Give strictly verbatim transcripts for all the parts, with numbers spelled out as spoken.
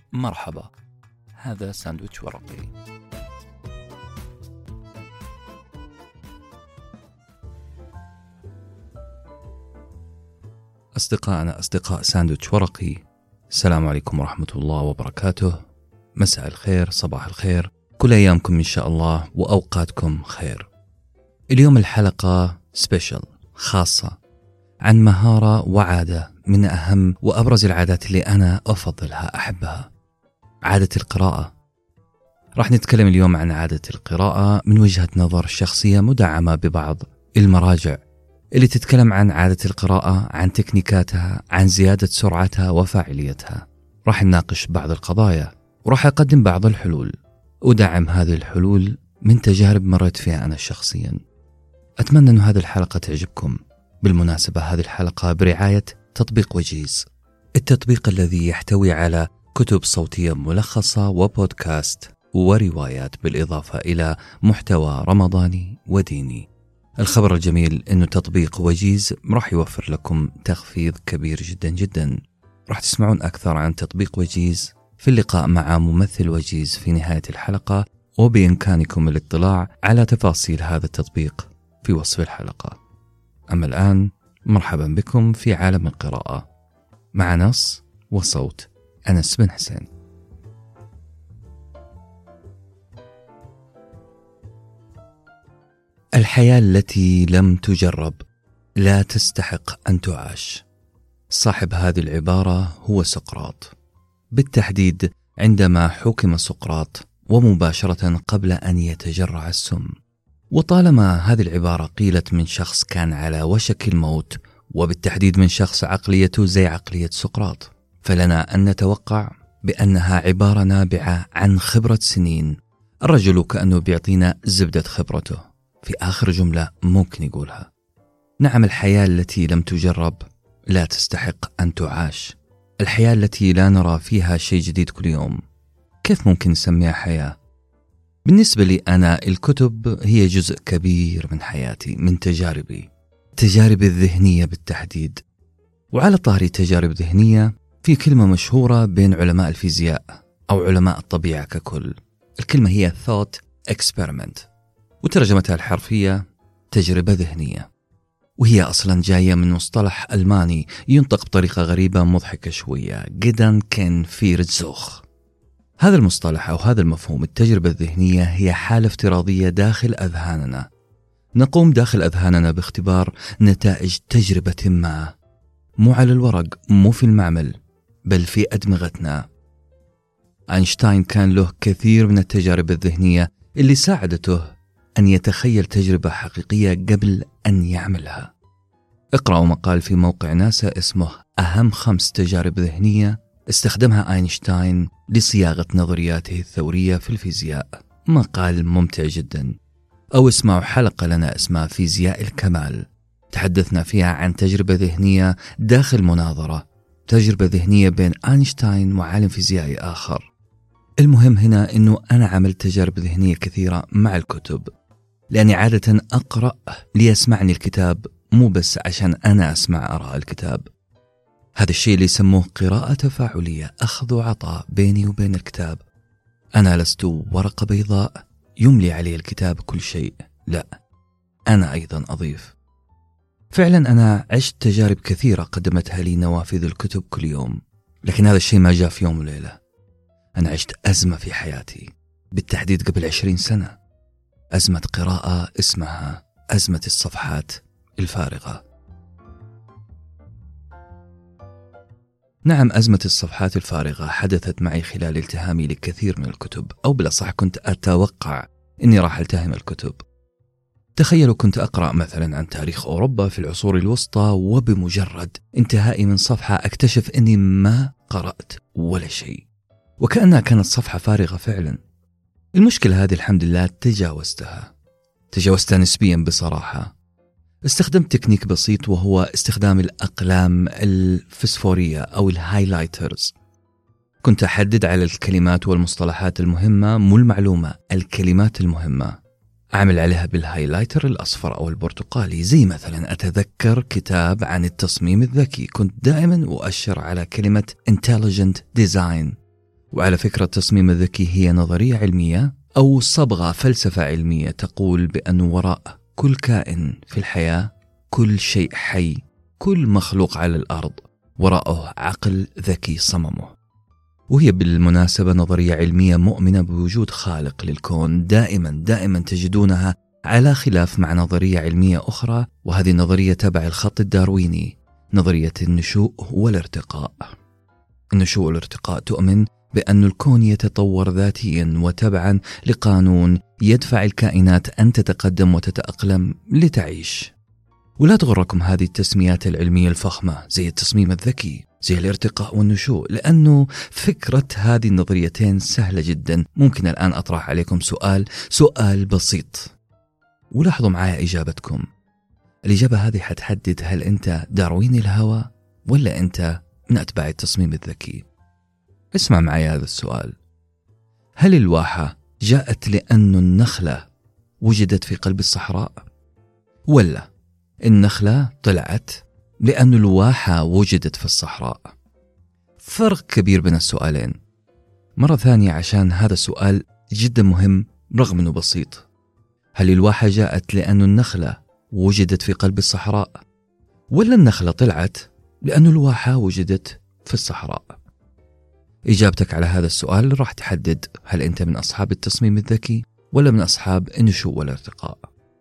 مرحبا، هذا ساندويتش ورقي. أصدقائنا أصدقاء ساندويتش ورقي، السلام عليكم ورحمة الله وبركاته. مساء الخير، صباح الخير، كل أيامكم إن شاء الله وأوقاتكم خير. اليوم الحلقة سبيشل خاصة عن مهارة وعادة من أهم وأبرز العادات اللي أنا أفضلها أحبها، عادة القراءة. راح نتكلم اليوم عن عادة القراءة من وجهة نظر شخصية مدعمة ببعض المراجع اللي تتكلم عن عادة القراءة، عن تكنيكاتها، عن زيادة سرعتها وفاعليتها. راح نناقش بعض القضايا وراح أقدم بعض الحلول، أدعم هذه الحلول من تجارب مريت فيها أنا شخصيا. أتمنى أن هذه الحلقة تعجبكم. بالمناسبة هذه الحلقة برعاية تطبيق وجيز، التطبيق الذي يحتوي على كتب صوتية ملخصة وبودكاست وروايات، بالإضافة إلى محتوى رمضاني وديني. الخبر الجميل أنه تطبيق وجيز راح يوفر لكم تخفيض كبير جدا جدا. راح تسمعون أكثر عن تطبيق وجيز في اللقاء مع ممثل وجيز في نهاية الحلقة، وبإمكانكم الاطلاع على تفاصيل هذا التطبيق في وصف الحلقة. أما الآن مرحبا بكم في عالم القراءة مع نص وصوت أنس بن حسين. الحياة التي لم تجرب لا تستحق أن تعاش. صاحب هذه العبارة هو سقراط، بالتحديد عندما حكم سقراط ومباشرة قبل أن يتجرع السم. وطالما هذه العبارة قيلت من شخص كان على وشك الموت، وبالتحديد من شخص عقليته زي عقلية سقراط، فلنا أن نتوقع بأنها عبارة نابعة عن خبرة سنين. الرجل كأنه بيعطينا زبدة خبرته في آخر جملة ممكن يقولها. نعم، الحياة التي لم تجرب لا تستحق أن تعاش. الحياة التي لا نرى فيها شيء جديد كل يوم، كيف ممكن نسميها حياة؟ بالنسبة لي أنا الكتب هي جزء كبير من حياتي، من تجاربي، تجاربي الذهنية بالتحديد. وعلى طاري تجارب ذهنية، في كلمة مشهورة بين علماء الفيزياء أو علماء الطبيعة ككل. الكلمة هي thought experiment، وترجمتها الحرفية تجربة ذهنية، وهي أصلا جاية من مصطلح ألماني ينطق بطريقة غريبة مضحكة شوية، Gedankenversuch. هذا المصطلح أو هذا المفهوم، التجربة الذهنية، هي حالة افتراضية داخل أذهاننا. نقوم داخل أذهاننا باختبار نتائج تجربة ما، مو على الورق، مو في المعمل، بل في أدمغتنا. أينشتاين كان له كثير من التجارب الذهنية اللي ساعدته أن يتخيل تجربة حقيقية قبل أن يعملها. اقرأوا مقال في موقع ناسا اسمه أهم خمس تجارب ذهنية استخدمها أينشتاين لصياغة نظرياته الثورية في الفيزياء. مقال ممتع جدا. أو اسمعوا حلقة لنا اسمها فيزياء الكمال، تحدثنا فيها عن تجربة ذهنية داخل مناظرة، تجربة ذهنية بين أينشتاين وعالم فيزيائي آخر. المهم هنا أنه أنا عملت تجارب ذهنية كثيرة مع الكتب، لأني عادة أقرأ ليسمعني الكتاب، مو بس عشان أنا أسمع أراء الكتاب. هذا الشيء اللي يسموه قراءة تفاعلية، أخذ وعطاء بيني وبين الكتاب. أنا لست ورقة بيضاء يملي علي الكتاب كل شيء، لا، أنا أيضا أضيف. فعلا أنا عشت تجارب كثيرة قدمتها لي نوافذ الكتب كل يوم، لكن هذا الشيء ما جاء في يوم وليلة. أنا عشت أزمة في حياتي، بالتحديد قبل عشرين سنة، أزمة قراءة اسمها أزمة الصفحات الفارغة. نعم، أزمة الصفحات الفارغة حدثت معي خلال التهامي لكثير من الكتب، أو بالأصح كنت أتوقع أني راح التهم الكتب. تخيلوا كنت أقرأ مثلا عن تاريخ أوروبا في العصور الوسطى، وبمجرد انتهائي من صفحة أكتشف أني ما قرأت ولا شيء، وكأنها كانت صفحة فارغة فعلا. المشكلة هذه الحمد لله تجاوزتها تجاوزتها نسبيا بصراحة. استخدمت تكنيك بسيط، وهو استخدام الأقلام الفسفورية أو الهايلايترز. كنت أحدد على الكلمات والمصطلحات المهمة، مو المعلومة، الكلمات المهمة، أعمل عليها بالهايلايتر الأصفر أو البرتقالي. زي مثلا أتذكر كتاب عن التصميم الذكي، كنت دائما أؤشر على كلمة intelligent design وعلى فكرة التصميم الذكي هي نظرية علمية أو صبغة فلسفة علمية تقول بأن وراء كل كائن في الحياة، كل شيء حي، كل مخلوق على الأرض وراءه عقل ذكي صممه. وهي بالمناسبة نظرية علمية مؤمنة بوجود خالق للكون، دائما دائما تجدونها على خلاف مع نظرية علمية أخرى، وهذه النظرية تبع الخط الدارويني، نظرية النشوء والارتقاء. النشوء والارتقاء تؤمن بأن الكون يتطور ذاتيا وتبعا لقانون يدفع الكائنات أن تتقدم وتتأقلم لتعيش. ولا تغركم هذه التسميات العلمية الفخمة زي التصميم الذكي، زي الارتقاء والنشوء، لأنه فكرة هذه النظريتين سهلة جدا. ممكن الآن أطرح عليكم سؤال سؤال بسيط، ولاحظوا معايا إجابتكم. الإجابة هذه حتحدد هل أنت دارويني الهوى ولا أنت من أتباع التصميم الذكي. اسمع معي هذا السؤال: هل الواحة جاءت لأن النخلة وجدت في قلب الصحراء، ولا النخلة طلعت لأن الواحة وجدت في الصحراء؟ فرق كبير بين السؤالين. مرة ثانية عشان هذا السؤال جدا مهم رغم أنه بسيط. هل الواحة جاءت لأن النخلة وجدت في قلب الصحراء، ولا النخلة طلعت لأن الواحة وجدت في الصحراء؟ إجابتك على هذا السؤال راح تحدد هل أنت من أصحاب التصميم الذكي ولا من أصحاب النشوء والارتقاء.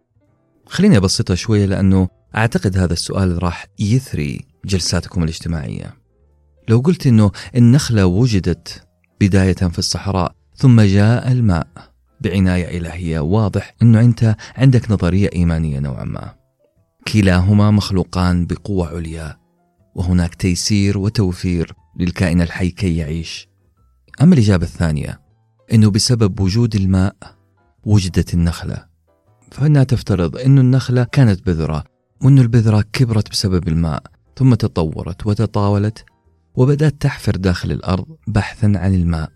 خليني أبسطها شوية لأنه أعتقد هذا السؤال راح يثري جلساتكم الاجتماعية. لو قلت أنه النخلة وجدت بداية في الصحراء ثم جاء الماء بعناية إلهية، واضح أنه أنت عندك نظرية إيمانية نوعا ما. كلاهما مخلوقان بقوة عليا، وهناك تيسير وتوفير للكائن الحي كي يعيش. أما الإجابة الثانية أنه بسبب وجود الماء وجدت النخلة، فإنها تفترض أن النخلة كانت بذرة، وأن البذرة كبرت بسبب الماء ثم تطورت وتطاولت وبدأت تحفر داخل الأرض بحثا عن الماء.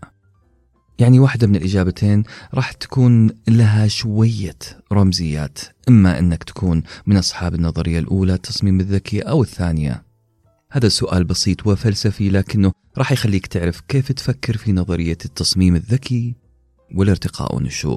يعني واحدة من الإجابتين راح تكون لها شوية رمزيات، إما أنك تكون من أصحاب النظرية الأولى التصميم الذكي أو الثانية. هذا السؤال بسيط وفلسفي، لكنه راح يخليك تعرف كيف تفكر في نظرية التصميم الذكي والارتقاء والنشوء.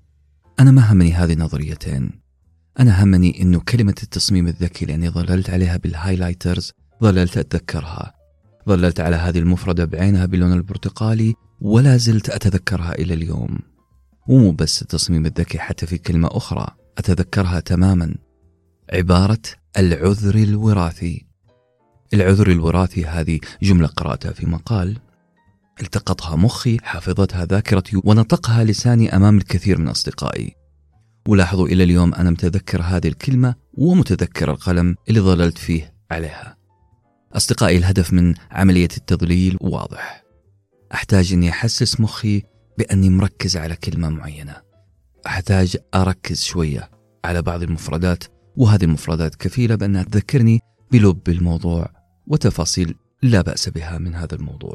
أنا ما همني هذه النظريتين، أنا همني أنه كلمة التصميم الذكي لأني ظللت عليها بالهايلايترز، ظللت أتذكرها، ظللت على هذه المفردة بعينها باللون البرتقالي ولا زلت أتذكرها إلى اليوم. ومو بس التصميم الذكي، حتى في كلمة أخرى أتذكرها تماما، عبارة العذر الوراثي. العذر الوراثي هذه جملة قرأتها في مقال، التقطها مخي، حافظتها ذاكرتي، ونطقها لساني أمام الكثير من أصدقائي. ولاحظوا إلى اليوم أنا متذكر هذه الكلمة ومتذكر القلم اللي ظللت فيه عليها. أصدقائي، الهدف من عملية التضليل واضح. أحتاج أني أحسس مخي بأني مركز على كلمة معينة، أحتاج أركز شوية على بعض المفردات، وهذه المفردات كفيلة بأنها تذكرني بلب الموضوع وتفاصيل لا بأس بها من هذا الموضوع.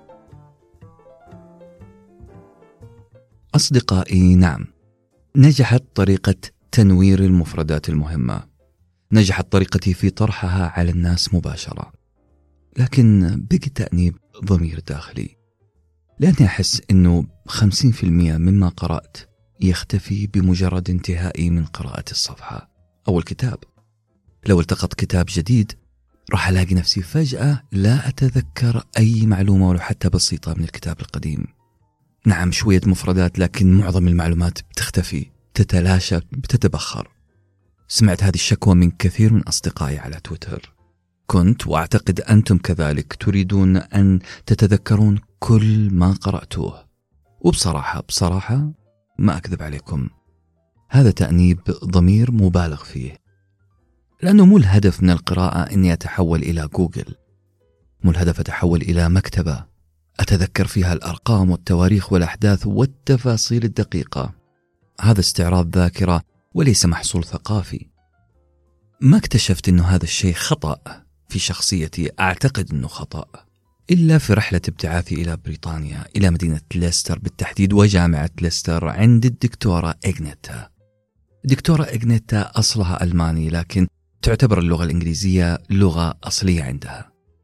أصدقائي، نعم، نجحت طريقة تنوير المفردات المهمة، نجحت طريقتي في طرحها على الناس مباشرة، لكن بقي تأنيب ضمير داخلي، لأني أحس أنه خمسين في المئة مما قرأت يختفي بمجرد انتهائي من قراءة الصفحة أو الكتاب. لو التقط كتاب جديد راح ألاقي نفسي فجأة لا أتذكر أي معلومة ولو حتى بسيطة من الكتاب القديم. نعم، شوية مفردات، لكن معظم المعلومات بتختفي، تتلاشى، بتتبخر. سمعت هذه الشكوى من كثير من أصدقائي على تويتر. كنت وأعتقد أنتم كذلك تريدون أن تتذكرون كل ما قرأتوه، وبصراحة بصراحة ما أكذب عليكم، هذا تأنيب ضمير مبالغ فيه، لأنه مو الهدف من القراءة أني أتحول إلى جوجل، مو الهدف أتحول إلى مكتبة أتذكر فيها الأرقام والتواريخ والأحداث والتفاصيل الدقيقة. هذا استعراض ذاكرة وليس محصول ثقافي. ما اكتشفت أنه هذا الشيء خطأ في شخصيتي، أعتقد أنه خطأ، إلا في رحلة ابتعاثي إلى بريطانيا، إلى مدينة ليستر بالتحديد وجامعة ليستر عند الدكتورة إغنيتا. الدكتورة إغنيتا أصلها ألماني، لكن تعتبر اللغة الإنجليزية لغة أصلية عندها.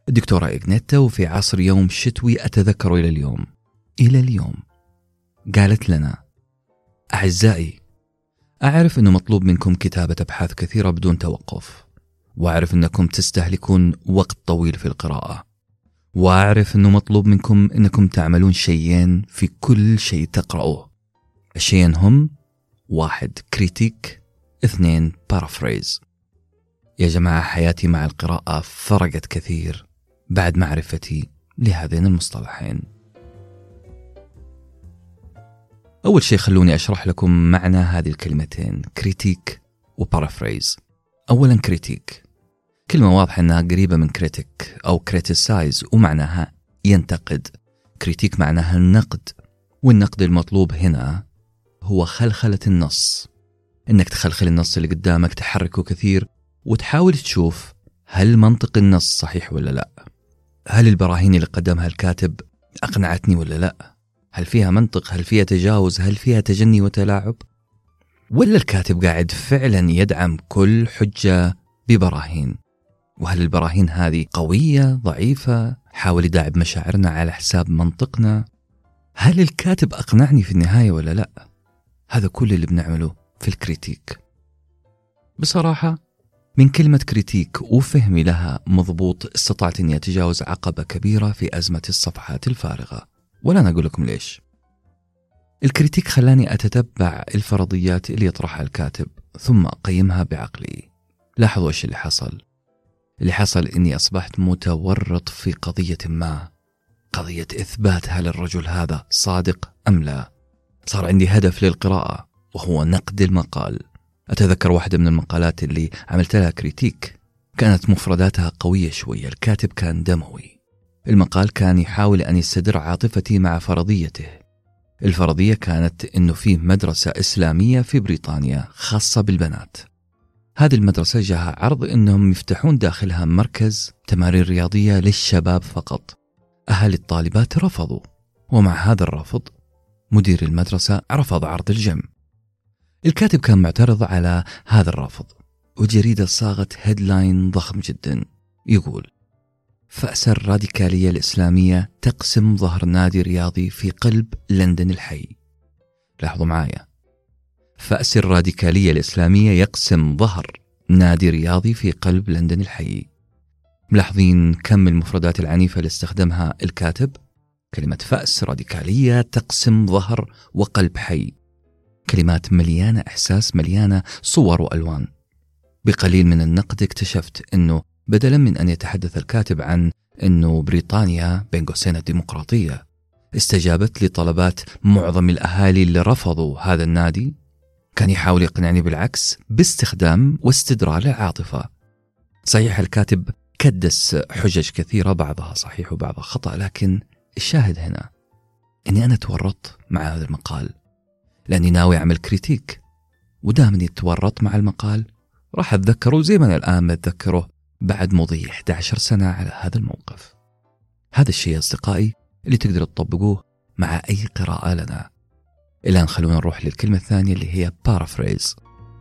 الدكتورة إغنيتا وفي عصر يوم شتوي أتذكر إلى اليوم إلى اليوم قالت لنا: أعزائي، أعرف أنه مطلوب منكم كتابة أبحاث كثيرة بدون توقف، وأعرف أنكم تستهلكون وقت طويل في القراءة، وأعرف أنه مطلوب منكم أنكم تعملون شيئين في كل شيء تقرأوه. الشيئين هم: واحد كريتيك، اثنين بارافريز. يا جماعة، حياتي مع القراءة فرقت كثير بعد معرفتي لهذين المصطلحين. أول شيء خلوني أشرح لكم معنى هذه الكلمتين كريتيك وبارافريز. أولا كريتيك، كلمة واضحة أنها قريبة من كريتيك أو كريتيسايز، ومعناها ينتقد. كريتيك معناها النقد، والنقد المطلوب هنا هو خلخلة النص، إنك تخلخل النص اللي قدامك، تحركه كثير وتحاول تشوف هل منطق النص صحيح ولا لا، هل البراهين اللي قدمها الكاتب أقنعتني ولا لا، هل فيها منطق، هل فيها تجاوز، هل فيها تجني وتلاعب، ولا الكاتب قاعد فعلا يدعم كل حجة ببراهين، وهل البراهين هذه قوية ضعيفة، حاول يداعب مشاعرنا على حساب منطقنا، هل الكاتب أقنعني في النهاية ولا لا. هذا كل اللي بنعمله في الكريتيك. بصراحة من كلمة كريتيك وفهمي لها مضبوط استطعت أني أتجاوز عقبة كبيرة في أزمة الصفحات الفارغة، ولا أنا أقول لكم ليش. الكريتيك خلاني أتتبع الفرضيات اللي يطرحها الكاتب ثم أقيمها بعقلي. لاحظوا إيش اللي حصل. اللي حصل إني أصبحت متورط في قضية ما، قضية إثبات هل الرجل هذا صادق أم لا. صار عندي هدف للقراءة وهو نقد المقال. أتذكر واحدة من المقالات اللي عملت لها كريتيك كانت مفرداتها قوية شوية، الكاتب كان دموي. المقال كان يحاول أن يستدر عاطفتي مع فرضيته. الفرضية كانت إنه فيه مدرسة إسلامية في بريطانيا خاصة بالبنات. هذه المدرسة جاها عرض إنهم يفتحون داخلها مركز تمارين رياضية للشباب فقط. أهل الطالبات رفضوا، ومع هذا الرفض مدير المدرسة رفض عرض الجيم. الكاتب كان معترض على هذا الرفض، وجريدة صاغت هيدلاين ضخم جدا يقول: فأس الراديكالية الإسلامية تقسم ظهر نادي رياضي في قلب لندن الحي. لاحظوا معايا، فأس الراديكالية الإسلامية يقسم ظهر نادي رياضي في قلب لندن الحي. ملاحظين كم المفردات العنيفة اللي استخدمها الكاتب؟ كلمة فأس، راديكالية، تقسم ظهر، وقلب حي، كلمات مليانة إحساس، مليانة صور وألوان. بقليل من النقد اكتشفت أنه بدلا من أن يتحدث الكاتب عن أنه بريطانيا بين قوسين الديمقراطية استجابت لطلبات معظم الأهالي اللي رفضوا هذا النادي، كان يحاول يقنعني بالعكس باستخدام واستدراج العاطفة. صحيح الكاتب كدس حجج كثيرة، بعضها صحيح وبعضها خطأ، لكن الشاهد هنا أني أنا تورطت مع هذا المقال لأني ناوي أعمل كريتيك، ودامني تورطت مع المقال راح أتذكره زي ما أنا الآن أتذكره بعد مضي إحدى عشرة سنة على هذا الموقف. هذا الشيء أصدقائي اللي تقدروا تطبقوه مع أي قراءة لنا. الآن خلونا نروح للكلمة الثانية اللي هي بارافريز.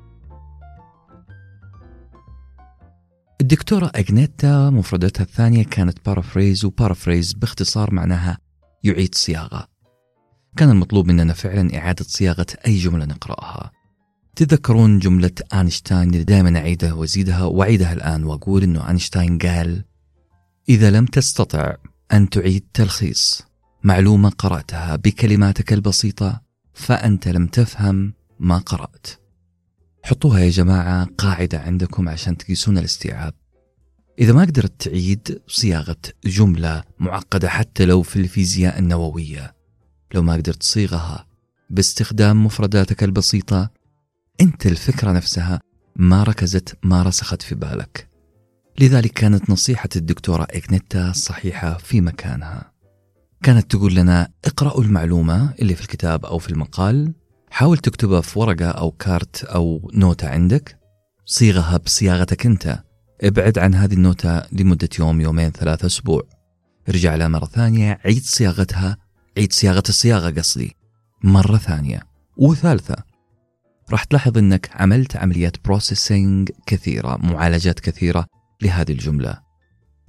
الدكتورة أغنيتا مفردتها الثانية كانت بارافريز، وبارافريز باختصار معناها يعيد صياغة. كان المطلوب مننا فعلا إعادة صياغة أي جملة نقرأها. تذكرون جملة أينشتاين اللي دائما أعيدها وأزيدها وأعيدها الآن وأقول إنه أينشتاين قال: إذا لم تستطع أن تعيد تلخيص معلومة قرأتها بكلماتك البسيطة فأنت لم تفهم ما قرأت. حطوها يا جماعة قاعدة عندكم عشان تقيسون الاستيعاب. إذا ما قدرت تعيد صياغة جملة معقدة حتى لو في الفيزياء النووية، لو ما قدرت تصيغها باستخدام مفرداتك البسيطة، أنت الفكرة نفسها ما ركزت، ما رسخت في بالك. لذلك كانت نصيحة الدكتورة إغنيتا صحيحة في مكانها. كانت تقول لنا: اقرأوا المعلومة اللي في الكتاب أو في المقال، حاول تكتبها في ورقة أو كارت أو نوتة عندك، صيغها بصياغتك أنت، ابعد عن هذه النوتة لمدة يوم، يومين، ثلاثة، أسبوع، ارجع لها مرة ثانية، عيد صياغتها، عيد صياغة الصياغة قصدي مرة ثانية وثالثة. راح تلاحظ أنك عملت عمليات بروسيسنج كثيرة، معالجات كثيرة لهذه الجملة،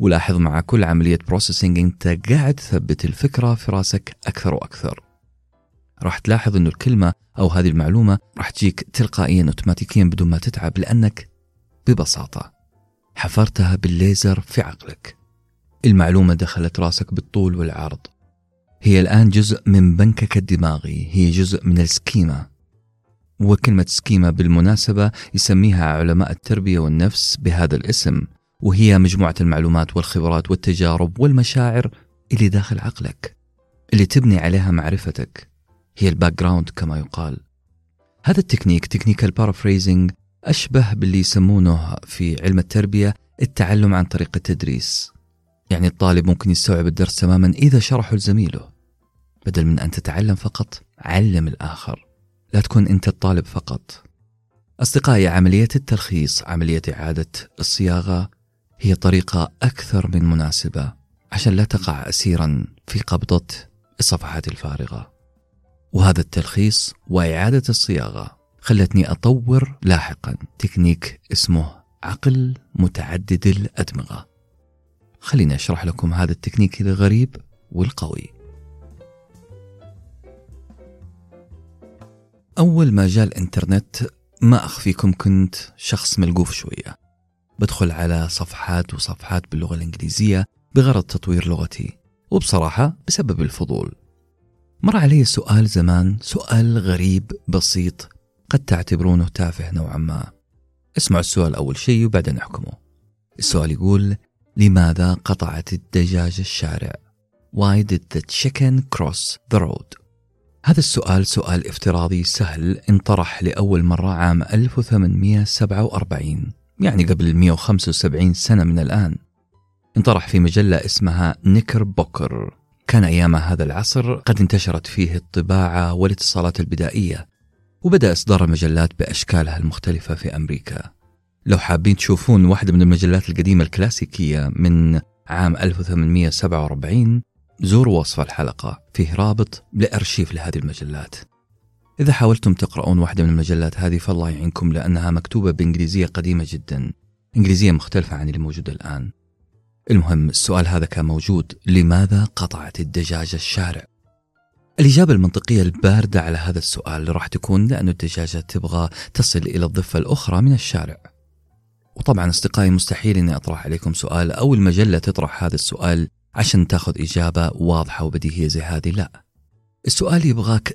ولاحظ مع كل عملية بروسيسنج أنت قاعد تثبت الفكرة في راسك أكثر وأكثر. راح تلاحظ أنه الكلمة أو هذه المعلومة راح تجيك تلقائيا أوتوماتيكيا بدون ما تتعب، لأنك ببساطة حفرتها بالليزر في عقلك. المعلومة دخلت راسك بالطول والعرض، هي الآن جزء من بنكك الدماغي، هي جزء من السكيما. وكلمة سكيما بالمناسبة يسميها علماء التربية والنفس بهذا الاسم، وهي مجموعة المعلومات والخبرات والتجارب والمشاعر اللي داخل عقلك، اللي تبني عليها معرفتك، هي الباك جراوند كما يقال. هذا التكنيك تكنيك البارافريزنج أشبه باللي يسمونه في علم التربية التعلم عن طريق التدريس. يعني الطالب ممكن يستوعب الدرس تماما إذا شرحه لزميله. بدل من أن تتعلم فقط، علم الآخر، لا تكون أنت الطالب فقط. أصدقائي، عملية التلخيص، عملية إعادة الصياغة، هي طريقة أكثر من مناسبة عشان لا تقع أسيرا في قبضة الصفحات الفارغة. وهذا التلخيص وإعادة الصياغة خلتني أطور لاحقا تكنيك اسمه عقل متعدد الأدمغة. خليني أشرح لكم هذا التكنيك الغريب والقوي. أول ما جاء الإنترنت ما أخفيكم كنت شخص ملقوف شوية، بدخل على صفحات وصفحات باللغة الإنجليزية بغرض تطوير لغتي، وبصراحة بسبب الفضول. مر علي سؤال زمان، سؤال غريب بسيط قد تعتبرونه تافه نوعا ما. اسمعوا السؤال أول شيء وبعدين احكموا. السؤال يقول: لماذا قطعت الدجاجة الشارع؟ Why did the chicken cross the road؟ هذا السؤال سؤال افتراضي سهل انطرح لأول مرة عام ألف وثمانمئة وسبعة وأربعين، يعني قبل مئة وخمسة وسبعين سنة من الآن. انطرح في مجلة اسمها نيكر بوكر. كان أيام هذا العصر قد انتشرت فيه الطباعة والاتصالات البدائية، وبدأ إصدار المجلات بأشكالها المختلفة في أمريكا. لو حابين تشوفون واحدة من المجلات القديمة الكلاسيكية من عام ألف وثمانمئة وسبعة وأربعين، زوروا وصف الحلقة، فيه رابط لأرشيف لهذه المجلات. إذا حاولتم تقرؤون واحدة من المجلات هذه فالله يعينكم، لأنها مكتوبة بإنجليزية قديمة جدا، إنجليزية مختلفة عن اللي موجودة الآن. المهم، السؤال هذا كان موجود: لماذا قطعت الدجاجة الشارع؟ الإجابة المنطقية الباردة على هذا السؤال راح تكون لأن الدجاجة تبغى تصل إلى الضفة الأخرى من الشارع. وطبعا أصدقائي، مستحيل أني أطرح عليكم سؤال أو المجلة تطرح هذا السؤال عشان تاخذ إجابة واضحة وبديهية زي هذه. لا، السؤال يبغاك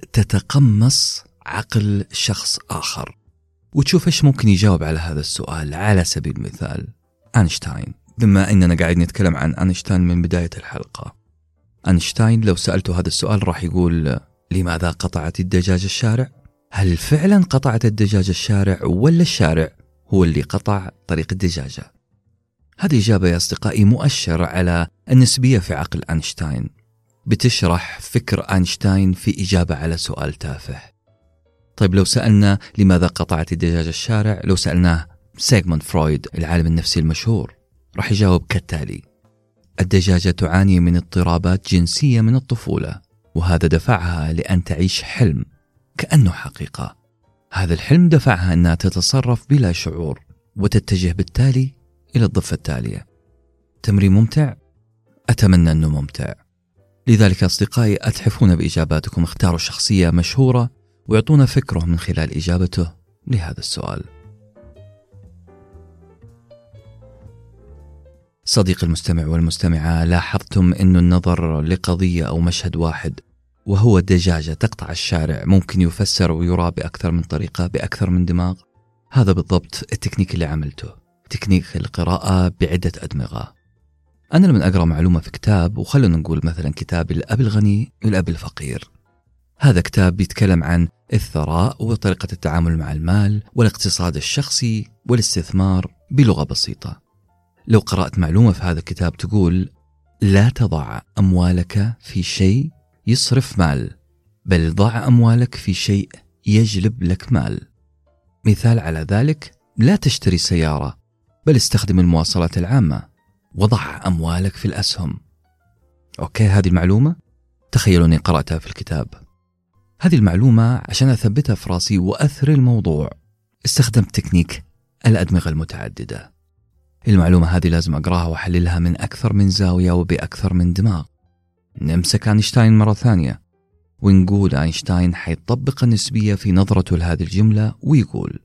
تتقمص عقل شخص آخر وتشوف إيش ممكن يجاوب على هذا السؤال. على سبيل المثال أينشتاين، بما أننا قاعد نتكلم عن أينشتاين من بداية الحلقة. أينشتاين لو سألته هذا السؤال راح يقول: لماذا قطعت الدجاجة الشارع؟ هل فعلا قطعت الدجاجة الشارع ولا الشارع هو اللي قطع طريق الدجاجة؟ هذه إجابة يا أصدقائي مؤشر على النسبية في عقل أينشتاين، بتشرح فكر أينشتاين في إجابة على سؤال تافه. طيب لو سألنا لماذا قطعت الدجاجة الشارع، لو سألناه سيغموند فرويد العالم النفسي المشهور، راح يجاوب كالتالي: الدجاجة تعاني من اضطرابات جنسية من الطفولة، وهذا دفعها لأن تعيش حلم كأنه حقيقة. هذا الحلم دفعها أنها تتصرف بلا شعور وتتجه بالتالي إلى الضفة التالية. تمرين ممتع؟ أتمنى أنه ممتع. لذلك أصدقائي، أتحفون بإجاباتكم، اختاروا شخصية مشهورة ويعطونا فكره من خلال إجابته لهذا السؤال. صديق المستمع والمستمعة، لاحظتم أن النظر لقضية أو مشهد واحد وهو الدجاجة تقطع الشارع ممكن يفسر ويرى بأكثر من طريقة بأكثر من دماغ؟ هذا بالضبط التكنيك اللي عملته، تكنيك القراءة بعدة أدمغة. أنا لما أقرأ معلومة في كتاب، وخلونا نقول مثلا كتاب الأب الغني والأب الفقير، هذا كتاب بيتكلم عن الثراء وطريقة التعامل مع المال والاقتصاد الشخصي والاستثمار بلغة بسيطة. لو قرأت معلومة في هذا الكتاب تقول: لا تضع أموالك في شيء يصرف مال، بل ضع أموالك في شيء يجلب لك مال. مثال على ذلك: لا تشتري سيارة، بل استخدم المواصلات العامة، وضع أموالك في الأسهم. أوكي، هذه المعلومة تخيلوا أني قرأتها في الكتاب. هذه المعلومة عشان أثبتها في راسي وأثر الموضوع استخدمت تكنيك الأدمغة المتعددة. المعلومة هذه لازم أقراها وأحللها من أكثر من زاوية وبأكثر من دماغ. نمسك أينشتاين مرة ثانية ونقول أينشتاين حيطبق النسبية في نظرته لهذه الجملة ويقول: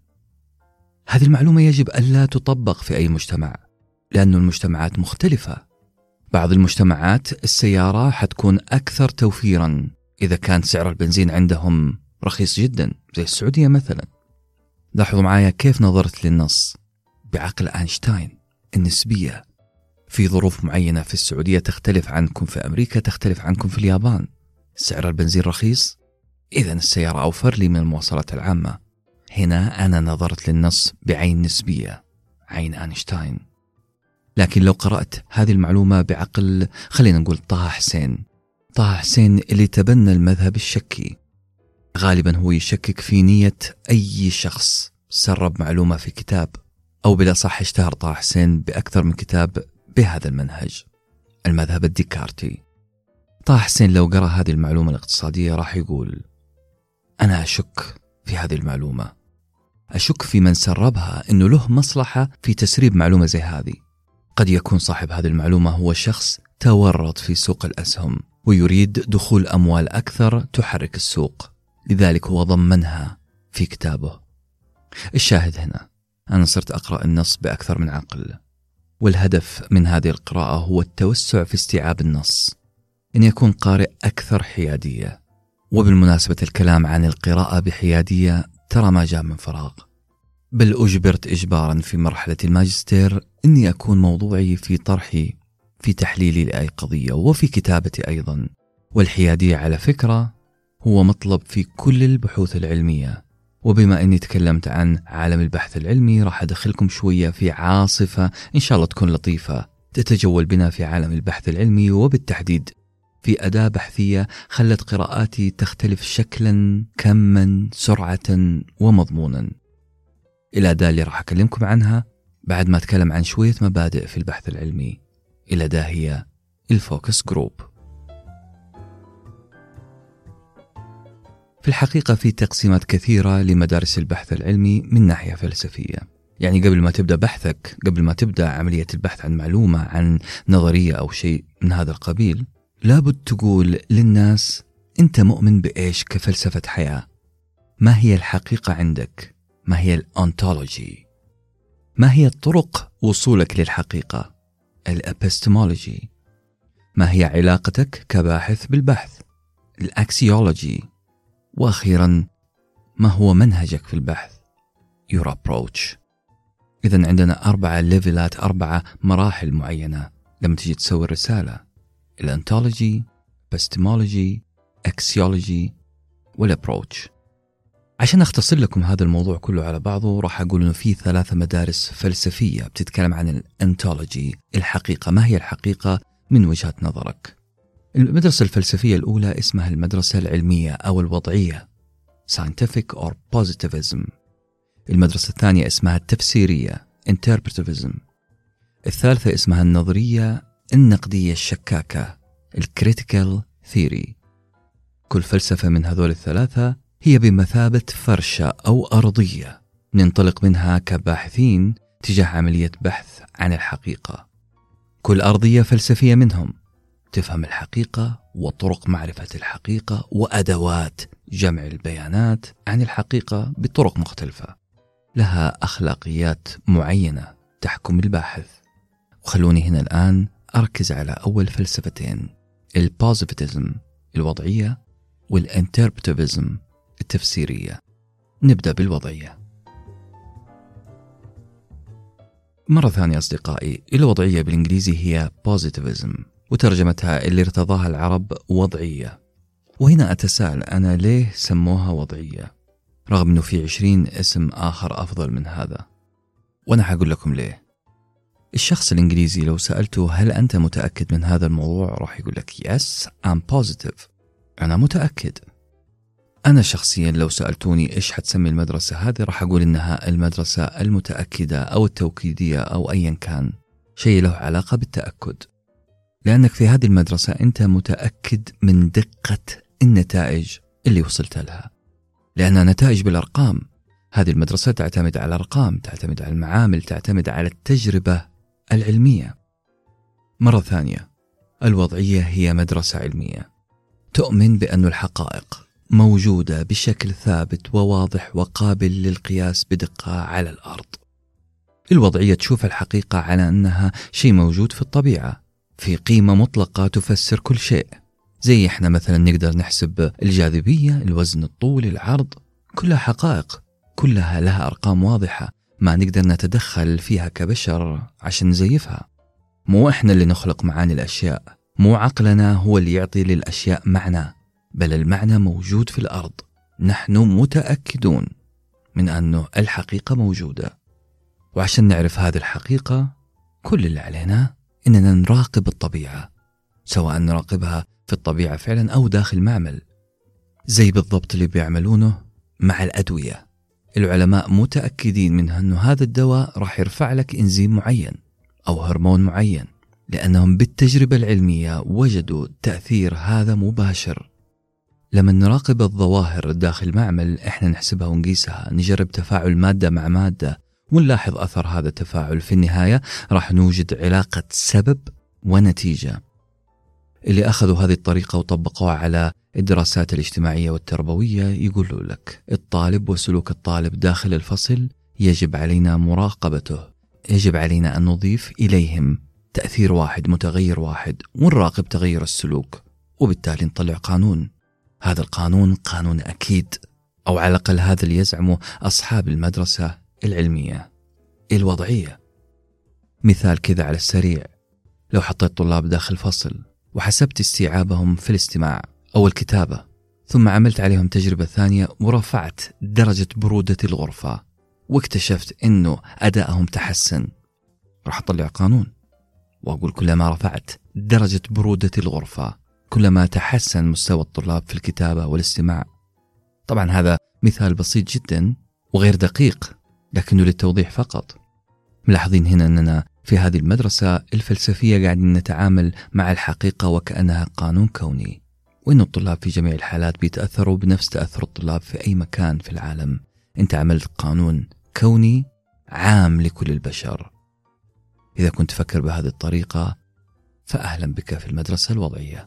هذه المعلومة يجب ألا تطبق في أي مجتمع، لأن المجتمعات مختلفة. بعض المجتمعات السيارة حتكون أكثر توفيرا إذا كان سعر البنزين عندهم رخيص جدا زي السعودية مثلا. لاحظوا معايا كيف نظرت للنص بعقل أينشتاين. النسبية في ظروف معينة في السعودية تختلف عنكم في أمريكا، تختلف عنكم في اليابان. سعر البنزين رخيص، إذن السيارة أوفر لي من المواصلات العامة. هنا أنا نظرت للنص بعين نسبية، عين أينشتاين. لكن لو قرأت هذه المعلومة بعقل، خلينا نقول طه حسين طه حسين اللي تبنى المذهب الشكي، غالبا هو يشكك في نية أي شخص سرب معلومة في كتاب، أو بالأصح اشتهر طه حسين بأكثر من كتاب بهذا المنهج، المذهب الديكارتي. طه حسين لو قرأ هذه المعلومة الاقتصادية راح يقول: أنا أشك في هذه المعلومة، أشك في من سربها أنه له مصلحة في تسريب معلومة زي هذه. قد يكون صاحب هذه المعلومة هو شخص تورط في سوق الأسهم ويريد دخول أموال أكثر تحرك السوق، لذلك هو ضمنها في كتابه. الشاهد هنا أنا صرت أقرأ النص بأكثر من عقل، والهدف من هذه القراءة هو التوسع في استيعاب النص، أن يكون قارئ أكثر حيادية. وبالمناسبة الكلام عن القراءة بحيادية ترى ما جاء من فراغ، بل أجبرت إجبارا في مرحلة الماجستير أني أكون موضوعي في طرحي، في تحليلي لأي قضية، وفي كتابتي أيضا. والحيادية على فكرة هو مطلب في كل البحوث العلمية. وبما أني تكلمت عن عالم البحث العلمي، راح أدخلكم شوية في عاصفة إن شاء الله تكون لطيفة تتجول بنا في عالم البحث العلمي، وبالتحديد في أداة بحثية خلت قراءاتي تختلف شكلا، كما، سرعة، ومضمونا. الأداة اللي راح أكلمكم عنها بعد ما أتكلم عن شوية مبادئ في البحث العلمي، الأداة هي الفوكس جروب. في الحقيقة في تقسيمات كثيرة لمدارس البحث العلمي من ناحية فلسفية. يعني قبل ما تبدأ بحثك، قبل ما تبدأ عملية البحث عن معلومة، عن نظرية أو شيء من هذا القبيل، لابد تقول للناس أنت مؤمن بإيش كفلسفة حياة؟ ما هي الحقيقة عندك؟ ما هي الأونتولوجي؟ ما هي طرق وصولك للحقيقة؟ الأبستمولوجي. ما هي علاقتك كباحث بالبحث؟ الأكسيولوجي. وأخيرا ما هو منهجك في البحث؟ your approach. إذن عندنا أربعة ليفلات، أربعة مراحل معينة لما تجي تسوي الرسالة: الأنتولوجي، epistemology، axiology، والapproach. عشان أختصر لكم هذا الموضوع كله على بعضه، راح أقول إنه في ثلاثة مدارس فلسفية بتتكلم عن الأنتولوجي، الحقيقة. ما هي الحقيقة من وجهة نظرك؟ المدرسة الفلسفية الأولى اسمها المدرسة العلمية أو الوضعية، scientific or positivism. المدرسة الثانية اسمها التفسيرية، interpretivism. الثالثة اسمها النظرية النقدية الشكاكة، الكريتيكال ثيوري. كل فلسفة من هذول الثلاثة هي بمثابة فرشة أو أرضية ننطلق منها كباحثين تجاه عملية بحث عن الحقيقة. كل أرضية فلسفية منهم تفهم الحقيقة وطرق معرفة الحقيقة وأدوات جمع البيانات عن الحقيقة بطرق مختلفة، لها أخلاقيات معينة تحكم الباحث. وخلوني هنا الآن أركز على أول فلسفتين، البوزيتيفيزم الوضعية والانتربريتيفيزم التفسيرية. نبدأ بالوضعية. مرة ثانية أصدقائي، الوضعية بالإنجليزي هي positivism، وترجمتها اللي ارتضاها العرب وضعية. وهنا أتساءل أنا ليه سموها وضعية رغم أنه في عشرين اسم آخر أفضل من هذا؟ وأنا حقول لكم ليه. الشخص الإنجليزي لو سألته هل أنت متأكد من هذا الموضوع راح يقول لك yes I'm positive، أنا متأكد. أنا شخصيا لو سألتوني إيش حتسمي المدرسة هذه راح أقول إنها المدرسة المتأكدة أو التوكيدية أو أيا كان شيء له علاقة بالتأكد، لأنك في هذه المدرسة أنت متأكد من دقة النتائج اللي وصلت لها، لأنها نتائج بالأرقام. هذه المدرسة تعتمد على الأرقام، تعتمد على المعامل، تعتمد على التجربة العلمية. مرة ثانية، الوضعية هي مدرسة علمية تؤمن بأن الحقائق موجودة بشكل ثابت وواضح وقابل للقياس بدقة على الأرض. الوضعية تشوف الحقيقة على أنها شيء موجود في الطبيعة، في قيمة مطلقة تفسر كل شيء. زي إحنا مثلا نقدر نحسب الجاذبية، الوزن، الطول، العرض، كلها حقائق، كلها لها أرقام واضحة ما نقدر نتدخل فيها كبشر عشان نزيفها. مو إحنا اللي نخلق معاني الأشياء، مو عقلنا هو اللي يعطي للأشياء معنى، بل المعنى موجود في الأرض. نحن متأكدون من أنه الحقيقة موجودة، وعشان نعرف هذه الحقيقة كل اللي علينا إننا نراقب الطبيعة، سواء نراقبها في الطبيعة فعلا أو داخل معمل، زي بالضبط اللي بيعملونه مع الأدوية. العلماء متأكدين من أنه هذا الدواء راح يرفع لك إنزيم معين أو هرمون معين، لأنهم بالتجربة العلمية وجدوا تأثير هذا مباشر. لما نراقب الظواهر داخل معمل إحنا نحسبها ونقيسها، نجرب تفاعل مادة مع مادة ونلاحظ أثر هذا التفاعل. في النهاية راح نوجد علاقة سبب ونتيجة. اللي أخذوا هذه الطريقة وطبقوها على الدراسات الاجتماعية والتربوية يقولوا لك الطالب وسلوك الطالب داخل الفصل يجب علينا مراقبته، يجب علينا أن نضيف إليهم تأثير واحد، متغير واحد، ونراقب تغير السلوك، وبالتالي نطلع قانون. هذا القانون قانون أكيد، أو على الأقل هذا اللي يزعمه أصحاب المدرسة العلمية الوضعية. مثال كذا على السريع، لو حطيت طلاب داخل فصل وحسبت استيعابهم في الاستماع أو الكتابة، ثم عملت عليهم تجربة ثانية ورفعت درجة برودة الغرفة واكتشفت أنه أدائهم تحسن، راح أطلع قانون وأقول كلما رفعت درجة برودة الغرفة كلما تحسن مستوى الطلاب في الكتابة والاستماع. طبعا هذا مثال بسيط جدا وغير دقيق، لكنه للتوضيح فقط. ملاحظين هنا أننا في هذه المدرسة الفلسفية قاعدين نتعامل مع الحقيقة وكأنها قانون كوني، وأن الطلاب في جميع الحالات بيتأثروا بنفس تأثر الطلاب في أي مكان في العالم. أنت عملت قانون كوني عام لكل البشر. إذا كنت تفكر بهذه الطريقة فأهلا بك في المدرسة الوضعية.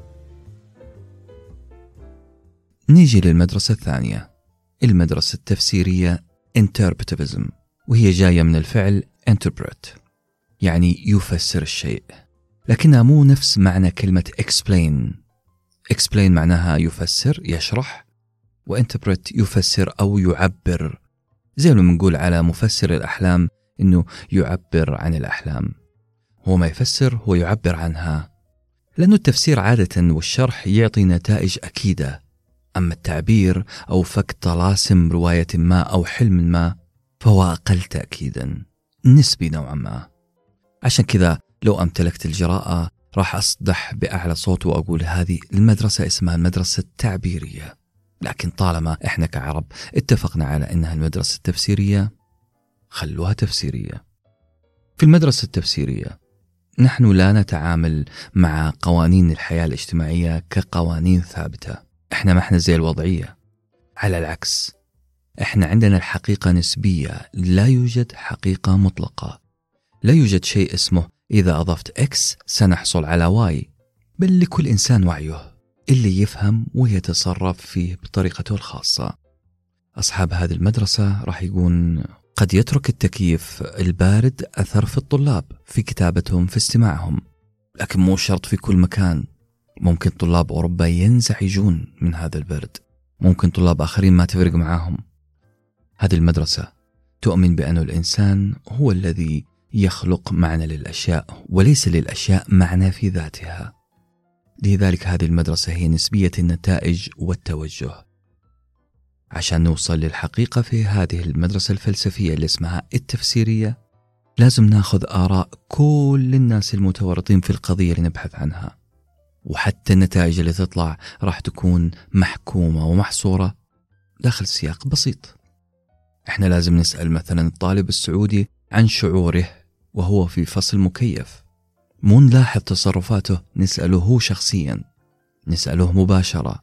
نيجي للمدرسة الثانية، المدرسة التفسيرية interpretivism، وهي جاية من الفعل interpret يعني يفسر الشيء، لكنها مو نفس معنى كلمة explain. explain معناها يفسر، يشرح، وinterpret يفسر أو يعبر، زي ما نقول على مفسر الأحلام إنه يعبر عن الأحلام. هو ما يفسر، هو يعبر عنها، لأنه التفسير عادة والشرح يعطي نتائج أكيدة، أما التعبير أو فك طلاسم رواية ما أو حلم ما فهو أقل تأكيدا، نسبي نوعا ما. عشان كذا لو أمتلكت الجراءة راح أصدح بأعلى صوت وأقول هذه المدرسة اسمها المدرسة التعبيرية. لكن طالما إحنا كعرب اتفقنا على أنها المدرسة التفسيرية، خلوها تفسيرية. في المدرسة التفسيرية نحن لا نتعامل مع قوانين الحياة الاجتماعية كقوانين ثابتة. إحنا ما إحنا زي الوضعية، على العكس إحنا عندنا الحقيقة نسبية، لا يوجد حقيقة مطلقة. لا يوجد شيء اسمه إذا أضفت إكس سنحصل على واي، بل لكل إنسان وعيه اللي يفهم ويتصرف فيه بطريقته الخاصة. أصحاب هذه المدرسة راح يقول قد يترك التكييف البارد أثر في الطلاب في كتابتهم في استماعهم، لكن مو شرط في كل مكان. ممكن طلاب أوروبا ينزعجون من هذا البرد، ممكن طلاب آخرين ما تفرق معاهم. هذه المدرسة تؤمن بأن الإنسان هو الذي يخلق معنى للأشياء وليس للأشياء معنى في ذاتها. لذلك هذه المدرسة هي نسبية النتائج والتوجه. عشان نوصل للحقيقة في هذه المدرسة الفلسفية اللي اسمها التفسيرية لازم ناخذ آراء كل الناس المتورطين في القضية اللي نبحث عنها، وحتى النتائج اللي تطلع راح تكون محكومة ومحصورة داخل سياق بسيط. احنا لازم نسأل مثلا الطالب السعودي عن شعوره وهو في فصل مكيف، مو نلاحظ تصرفاته، نسأله هو شخصيا، نسأله مباشرة.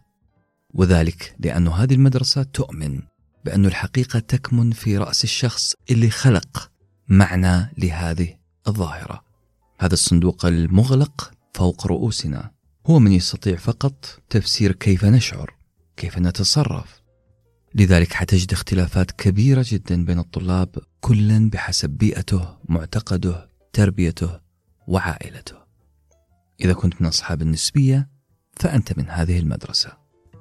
وذلك لأن هذه المدرسة تؤمن بأن الحقيقة تكمن في رأس الشخص اللي خلق معنى لهذه الظاهرة. هذا الصندوق المغلق فوق رؤوسنا هو من يستطيع فقط تفسير كيف نشعر، كيف نتصرف. لذلك حتجد اختلافات كبيرة جدا بين الطلاب، كلا بحسب بيئته، معتقده، تربيته وعائلته. إذا كنت من أصحاب النسبية فأنت من هذه المدرسة.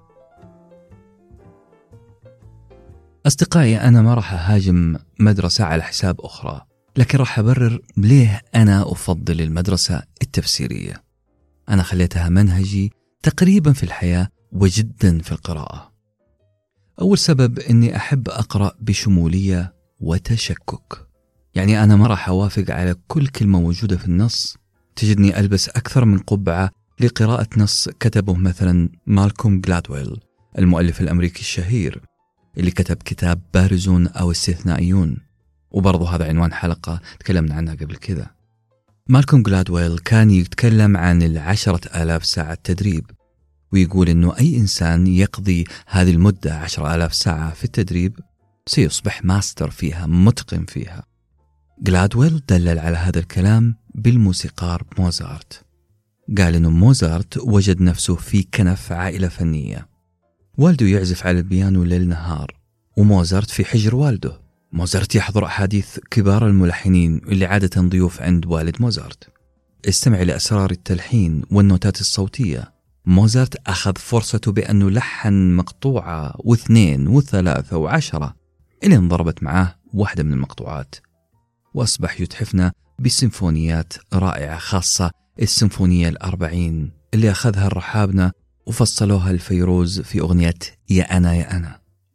أصدقائي، أنا ما راح أهاجم مدرسة على حساب أخرى، لكن راح أبرر ليه أنا أفضل المدرسة التفسيرية. أنا خليتها منهجي تقريبا في الحياة وجدا في القراءة. أول سبب أني أحب أقرأ بشمولية وتشكك، يعني أنا ما راح أوافق على كل كلمة موجودة في النص. تجدني ألبس أكثر من قبعة لقراءة نص كتبه مثلا مالكوم جلادويل، المؤلف الأمريكي الشهير اللي كتب كتاب بارزون أو استثنائيون، وبرضه هذا عنوان حلقة تكلمنا عنها قبل كذا. مالكوم جلادويل كان يتكلم عن العشرة آلاف ساعة تدريب، ويقول إنه أي إنسان يقضي هذه المدة عشرة آلاف ساعة في التدريب سيصبح ماستر فيها، متقن فيها. جلادويل دلل على هذا الكلام بالموسيقار موزارت. قال إنه موزارت وجد نفسه في كنف عائلة فنية، والده يعزف على البيانو ليل نهار، وموزارت في حجر والده. موزارت يحضر أحاديث كبار الملحنين اللي عادة ضيوف عند والد موزارت، استمع لأسرار التلحين والنوتات الصوتية. موزارت أخذ فرصته بأنه لحن مقطوعة واثنين وثلاثة وعشرة إلى أن ضربت معاه واحدة من المقطوعات، وأصبح يتحفنا بسيمفونيات رائعة، خاصة السيمفونية الأربعين اللي أخذها الرحابنة وفصلوها الفيروز في أغنية يا أنا يا أنا.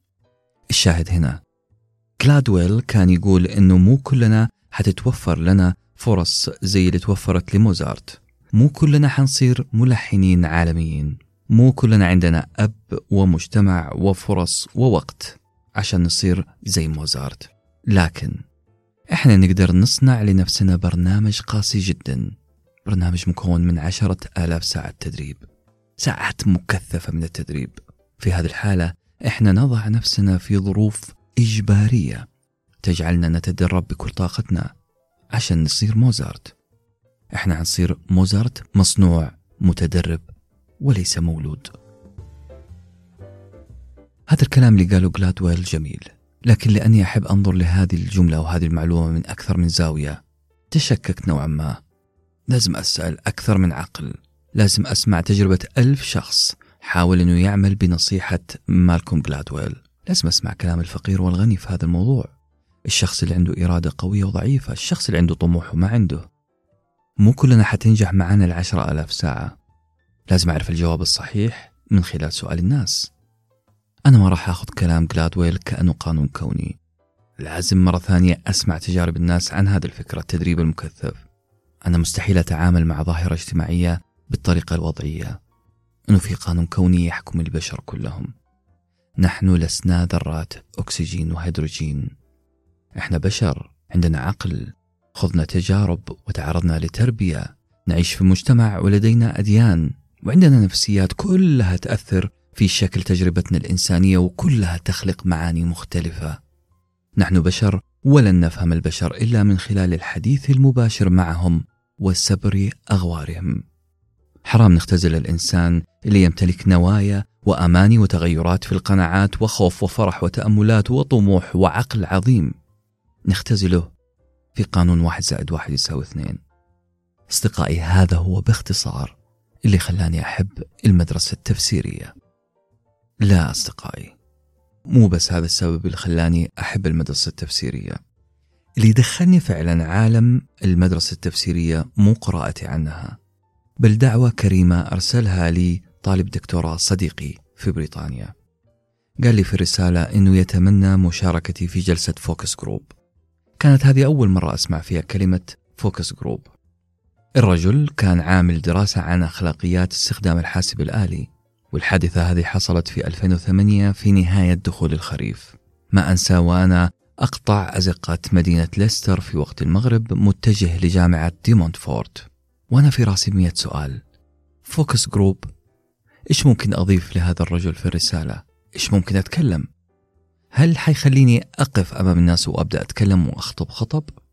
الشاهد هنا، جلادويل كان يقول إنه مو كلنا حتتوفر لنا فرص زي اللي توفرت لموزارت، مو كلنا حنصير ملحنين عالميين، مو كلنا عندنا أب ومجتمع وفرص ووقت عشان نصير زي موزارت، لكن إحنا نقدر نصنع لنفسنا برنامج قاسي جدا، برنامج مكون من عشرة آلاف ساعة تدريب، ساعات مكثفة من التدريب. في هذه الحالة إحنا نضع نفسنا في ظروف إجبارية تجعلنا نتدرب بكل طاقتنا عشان نصير موزارت. إحنا عنصير موزارت مصنوع متدرب وليس مولود. هذا الكلام اللي قاله جلادويل جميل، لكن لأني أحب أنظر لهذه الجملة وهذه المعلومة من أكثر من زاوية تشككت نوعا ما. لازم أسأل أكثر من عقل، لازم أسمع تجربة ألف شخص حاول أنه يعمل بنصيحة مالكوم جلادويل، لازم أسمع كلام الفقير والغني في هذا الموضوع، الشخص اللي عنده إرادة قوية وضعيفة، الشخص اللي عنده طموح وما عنده. مو كلنا حتنجح معنا العشرة آلاف ساعة. لازم أعرف الجواب الصحيح من خلال سؤال الناس. أنا ما راح أخذ كلام جلادويل كأنه قانون كوني، لازم مرة ثانية أسمع تجارب الناس عن هذا الفكرة، التدريب المكثف. أنا مستحيل أتعامل مع ظاهرة اجتماعية بالطريقة الوضعية، أنه في قانون كوني يحكم البشر كلهم. نحن لسنا ذرات أكسجين وهيدروجين، إحنا بشر عندنا عقل، خضنا تجارب وتعرضنا لتربية، نعيش في مجتمع ولدينا أديان وعندنا نفسيات كلها تأثر في شكل تجربتنا الإنسانية، وكلها تخلق معاني مختلفة. نحن بشر ولن نفهم البشر إلا من خلال الحديث المباشر معهم وسبر أغوارهم. حرام نختزل الإنسان اللي يمتلك نوايا وأماني وتغيرات في القناعات وخوف وفرح وتأملات وطموح وعقل عظيم، نختزله في قانون واحد زائد واحد يساوي اثنين. أصدقائي، هذا هو باختصار اللي خلاني أحب المدرسة التفسيرية. لا أصدقائي، مو بس هذا السبب اللي خلاني أحب المدرسة التفسيرية. اللي دخلني فعلا عالم المدرسة التفسيرية مو قراءتي عنها، بل دعوة كريمة أرسلها لي طالب دكتوراه صديقي في بريطانيا. قال لي في الرسالة إنه يتمنى مشاركتي في جلسة فوكس جروب. كانت هذه أول مرة أسمع فيها كلمة فوكس جروب. الرجل كان عامل دراسة عن أخلاقيات استخدام الحاسب الآلي، والحادثة هذه حصلت في ألفين وثمانية في نهاية دخول الخريف. ما أنسى وأنا أقطع أزقة مدينة ليستر في وقت المغرب متجه لجامعة دي مونتفورت، وأنا في راسي مية سؤال. فوكس جروب، إيش ممكن أضيف لهذا الرجل في الرسالة؟ إيش ممكن أتكلم؟ هل حيخليني أقف أمام الناس وأبدأ أتكلم وأخطب خطب؟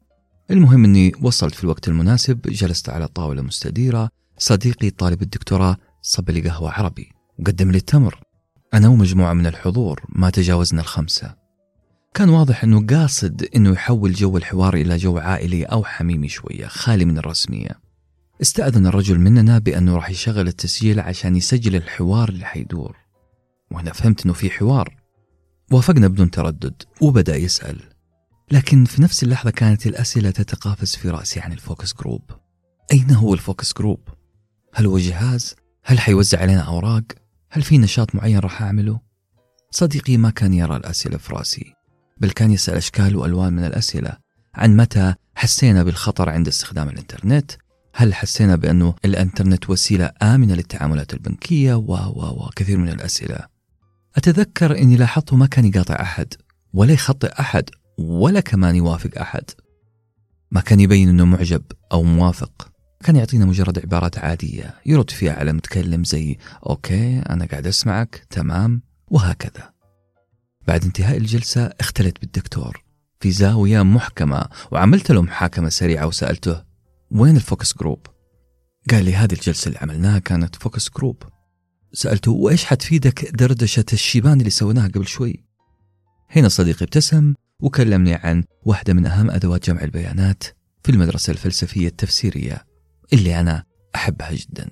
المهم أني وصلت في الوقت المناسب، جلست على طاولة مستديرة، صديقي طالب الدكتوراه صب لي قهوة عربي وقدم لي التمر. أنا ومجموعة من الحضور ما تجاوزنا الخمسة. كان واضح أنه قاصد أنه يحول جو الحوار إلى جو عائلي أو حميمي شوية خالي من الرسمية. استأذن الرجل مننا بأنه راح يشغل التسجيل عشان يسجل الحوار اللي حيدور، وأنا فهمت أنه في حوار. وافقنا بدون تردد وبدأ يسأل، لكن في نفس اللحظة كانت الأسئلة تتقافز في رأسي عن الفوكس جروب. أين هو الفوكس جروب؟ هل هو جهاز؟ هل حيوزع علينا أوراق؟ هل في نشاط معين راح أعمله؟ صديقي ما كان يرى الأسئلة في رأسي، بل كان يسأل أشكال وألوان من الأسئلة عن متى حسينا بالخطر عند استخدام الإنترنت، هل حسينا بأنه الإنترنت وسيلة آمنة للتعاملات البنكية، و و وكثير من الأسئلة. أتذكر أني لاحظته ما كان يقاطع أحد ولا يخطئ أحد ولا كمان يوافق أحد، ما كان يبين أنه معجب أو موافق، كان يعطينا مجرد عبارات عادية يرد فيها على متكلم زي أوكي أنا قاعد أسمعك تمام وهكذا. بعد انتهاء الجلسة اختلت بالدكتور في زاوية محكمة وعملت له محاكمة سريعة وسألته وين الفوكس جروب؟ قال لي هذه الجلسة اللي عملناها كانت فوكس جروب. سألته وإيش حتفيدك دردشة الشيبان اللي سويناها قبل شوي؟ هنا صديقي ابتسم وكلمني عن واحدة من أهم أدوات جمع البيانات في المدرسة الفلسفية التفسيرية اللي أنا أحبها جدا.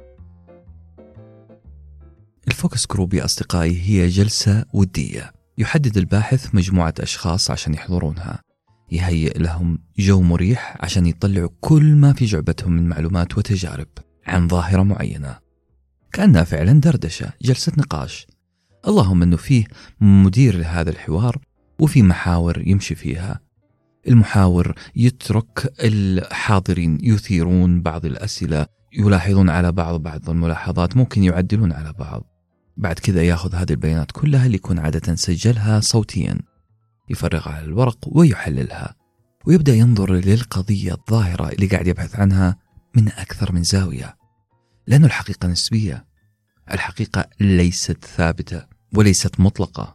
الفوكس جروب يا أصدقائي هي جلسة ودية يحدد الباحث مجموعة أشخاص عشان يحضرونها، يهيئ لهم جو مريح عشان يطلعوا كل ما في جعبتهم من معلومات وتجارب عن ظاهرة معينة، كأنها فعلا دردشة، جلسة نقاش. اللهم أنه فيه مدير لهذا الحوار وفي محاور يمشي فيها. المحاور يترك الحاضرين يثيرون بعض الأسئلة، يلاحظون على بعض بعض الملاحظات، ممكن يعدلون على بعض. بعد كذا ياخذ هذه البيانات كلها اللي يكون عادة سجلها صوتيا، يفرغها على الورق ويحللها، ويبدأ ينظر للقضية الظاهرة اللي قاعد يبحث عنها من أكثر من زاوية، لأن الحقيقة نسبية، الحقيقة ليست ثابتة وليست مطلقة.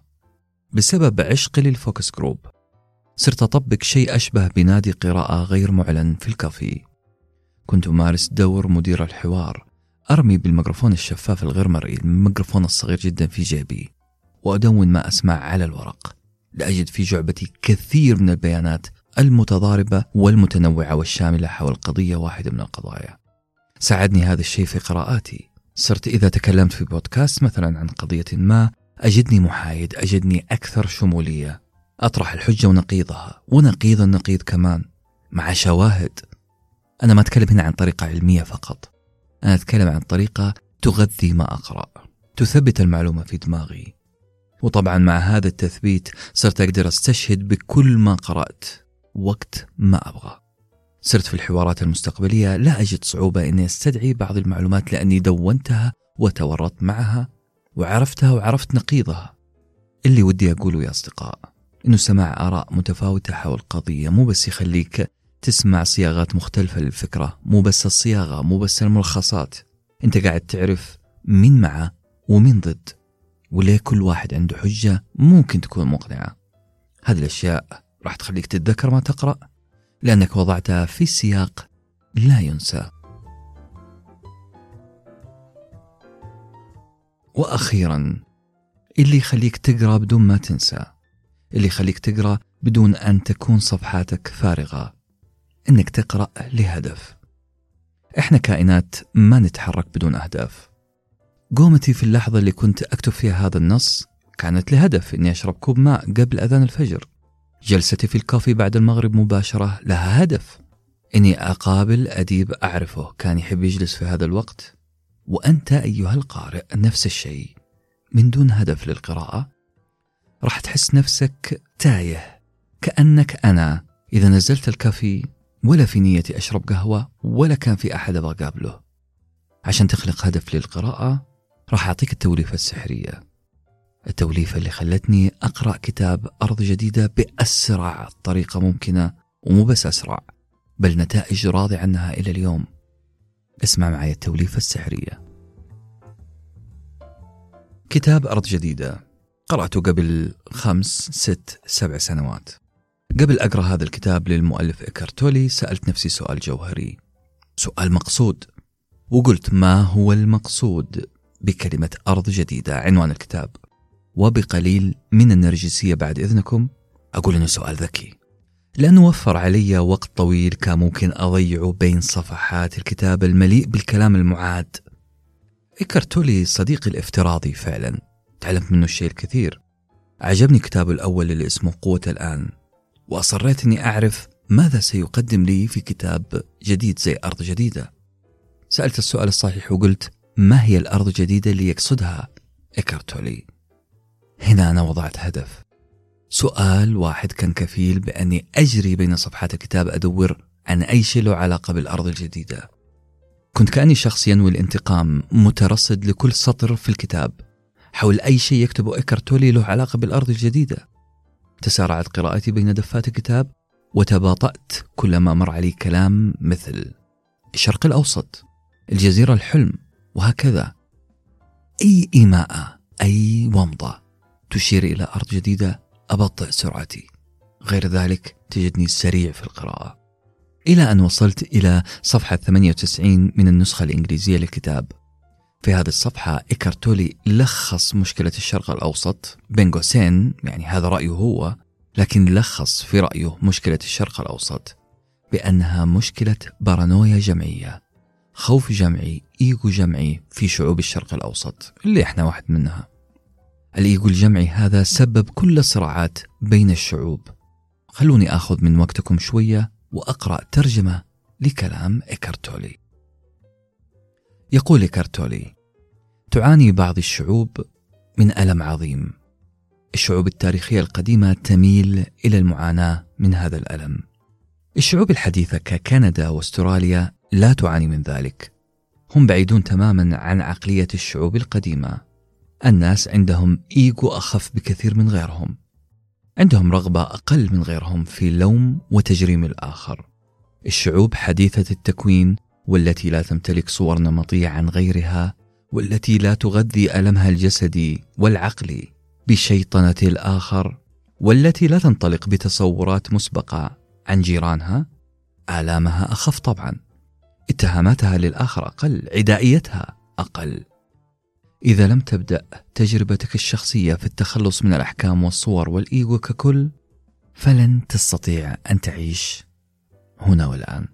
بسبب عشقي للفوكس جروب صرت أطبق شيء أشبه بنادي قراءة غير معلن في الكافي. كنت أمارس دور مدير الحوار، أرمي بالميكروفون الشفاف الغير مرئي، الميكروفون الصغير جدا في جيبي، وأدون ما أسمع على الورق، لأجد في جعبتي كثير من البيانات المتضاربة والمتنوعة والشاملة حول قضية واحدة من القضايا. ساعدني هذا الشيء في قراءاتي. صرت إذا تكلمت في بودكاست مثلا عن قضية ما أجدني محايد، أجدني أكثر شمولية، أطرح الحجة ونقيضها ونقيض النقيض كمان مع شواهد. أنا ما أتكلم هنا عن طريقة علمية فقط، أنا أتكلم عن طريقة تغذي ما أقرأ، تثبت المعلومة في دماغي. وطبعا مع هذا التثبيت صرت أقدر أستشهد بكل ما قرأت وقت ما أبغى. صرت في الحوارات المستقبلية لا أجد صعوبة أني أستدعي بعض المعلومات لأني دونتها وتورطت معها وعرفتها وعرفت نقيضها. اللي ودي أقوله يا أصدقاء إنه سماع آراء متفاوتة حول قضية مو بس يخليك تسمع صياغات مختلفة للفكرة، مو بس الصياغة، مو بس الملخصات، أنت قاعد تعرف مين معه ومين ضد، وليه كل واحد عنده حجة ممكن تكون مقنعة. هذه الأشياء راح تخليك تتذكر ما تقرأ لأنك وضعتها في سياق لا ينسى. وأخيرا اللي يخليك تقرأ بدون ما تنسى، اللي يخليك تقرأ بدون أن تكون صفحاتك فارغة، إنك تقرأ لهدف. إحنا كائنات ما نتحرك بدون أهداف. قومتي في اللحظة اللي كنت أكتب فيها هذا النص كانت لهدف إني أشرب كوب ماء قبل أذان الفجر. جلستي في الكافي بعد المغرب مباشرة لها هدف، إني أقابل أديب أعرفه كان يحب يجلس في هذا الوقت. وأنت أيها القارئ نفس الشيء، من دون هدف للقراءة راح تحس نفسك تايه، كأنك أنا إذا نزلت الكافي ولا في نيتي أشرب قهوة ولا كان في أحد أبغى أقابله. عشان تخلق هدف للقراءة راح أعطيك التوليفة السحرية، التوليفة اللي خلتني أقرأ كتاب أرض جديدة بأسرع طريقة ممكنة، ومو بس أسرع بل نتائج راضي عنها إلى اليوم. اسمع معي التوليفة السحرية. كتاب أرض جديدة قرأته قبل خمس ست سبع سنوات. قبل أقرأ هذا الكتاب للمؤلف إيكارت تولي سألت نفسي سؤال جوهري، سؤال مقصود، وقلت ما هو المقصود بكلمة أرض جديدة عنوان الكتاب؟ وبقليل من النرجسية بعد إذنكم أقول إنه سؤال ذكي، لأنه وفر علي وقت طويل كان ممكن أضيعه بين صفحات الكتاب المليء بالكلام المعاد. إيكارت تولي صديقي الافتراضي فعلا، تعلمت منه الشيء الكثير. عجبني كتابه الأول اللي اسمه قوة الآن، وأصريت أني أعرف ماذا سيقدم لي في كتاب جديد زي أرض جديدة. سألت السؤال الصحيح وقلت ما هي الأرض الجديدة اللي يقصدها إيكارت تولي؟ هنا أنا وضعت هدف، سؤال واحد كان كفيل بأني أجري بين صفحات الكتاب أدور عن أي شيء له علاقة بالأرض الجديدة. كنت كأني شخص ينوي الانتقام، مترصد لكل سطر في الكتاب حول أي شيء يكتبه إيكارت تولي له علاقة بالأرض الجديدة. تسارعت قراءتي بين دفات الكتاب وتباطأت كلما مر علي كلام مثل الشرق الأوسط، الجزيرة الحلم، وهكذا. أي إيماءة، أي ومضة تشير إلى أرض جديدة أبطئ سرعتي، غير ذلك تجدني سريع في القراءة. إلى أن وصلت إلى صفحة ثمانية وتسعين من النسخة الإنجليزية للكتاب. في هذه الصفحة إيكارت تولي لخص مشكلة الشرق الأوسط بين قوسين، يعني هذا رأيه هو، لكن لخص في رأيه مشكلة الشرق الأوسط بأنها مشكلة بارانويا جمعية، خوف جمعي، إيجو جمعي في شعوب الشرق الأوسط اللي إحنا واحد منها. الإيجو الجمعي هذا سبب كل الصراعات بين الشعوب. خلوني أخذ من وقتكم شوية وأقرأ ترجمة لكلام إيكارت تولي. يقول إيكارت تولي: تعاني بعض الشعوب من ألم عظيم. الشعوب التاريخية القديمة تميل إلى المعاناة من هذا الألم. الشعوب الحديثة ككندا واستراليا لا تعاني من ذلك. هم بعيدون تماما عن عقلية الشعوب القديمة. الناس عندهم إيجو أخف بكثير من غيرهم، عندهم رغبة أقل من غيرهم في اللوم وتجريم الآخر. الشعوب حديثة التكوين والتي لا تمتلك صور نمطية عن غيرها، والتي لا تغذي ألمها الجسدي والعقلي بشيطنة الآخر، والتي لا تنطلق بتصورات مسبقة عن جيرانها، آلامها أخف طبعا، اتهاماتها للآخر أقل، عدائيتها أقل. إذا لم تبدأ تجربتك الشخصية في التخلص من الأحكام والصور والإيجو ككل، فلن تستطيع أن تعيش هنا والآن.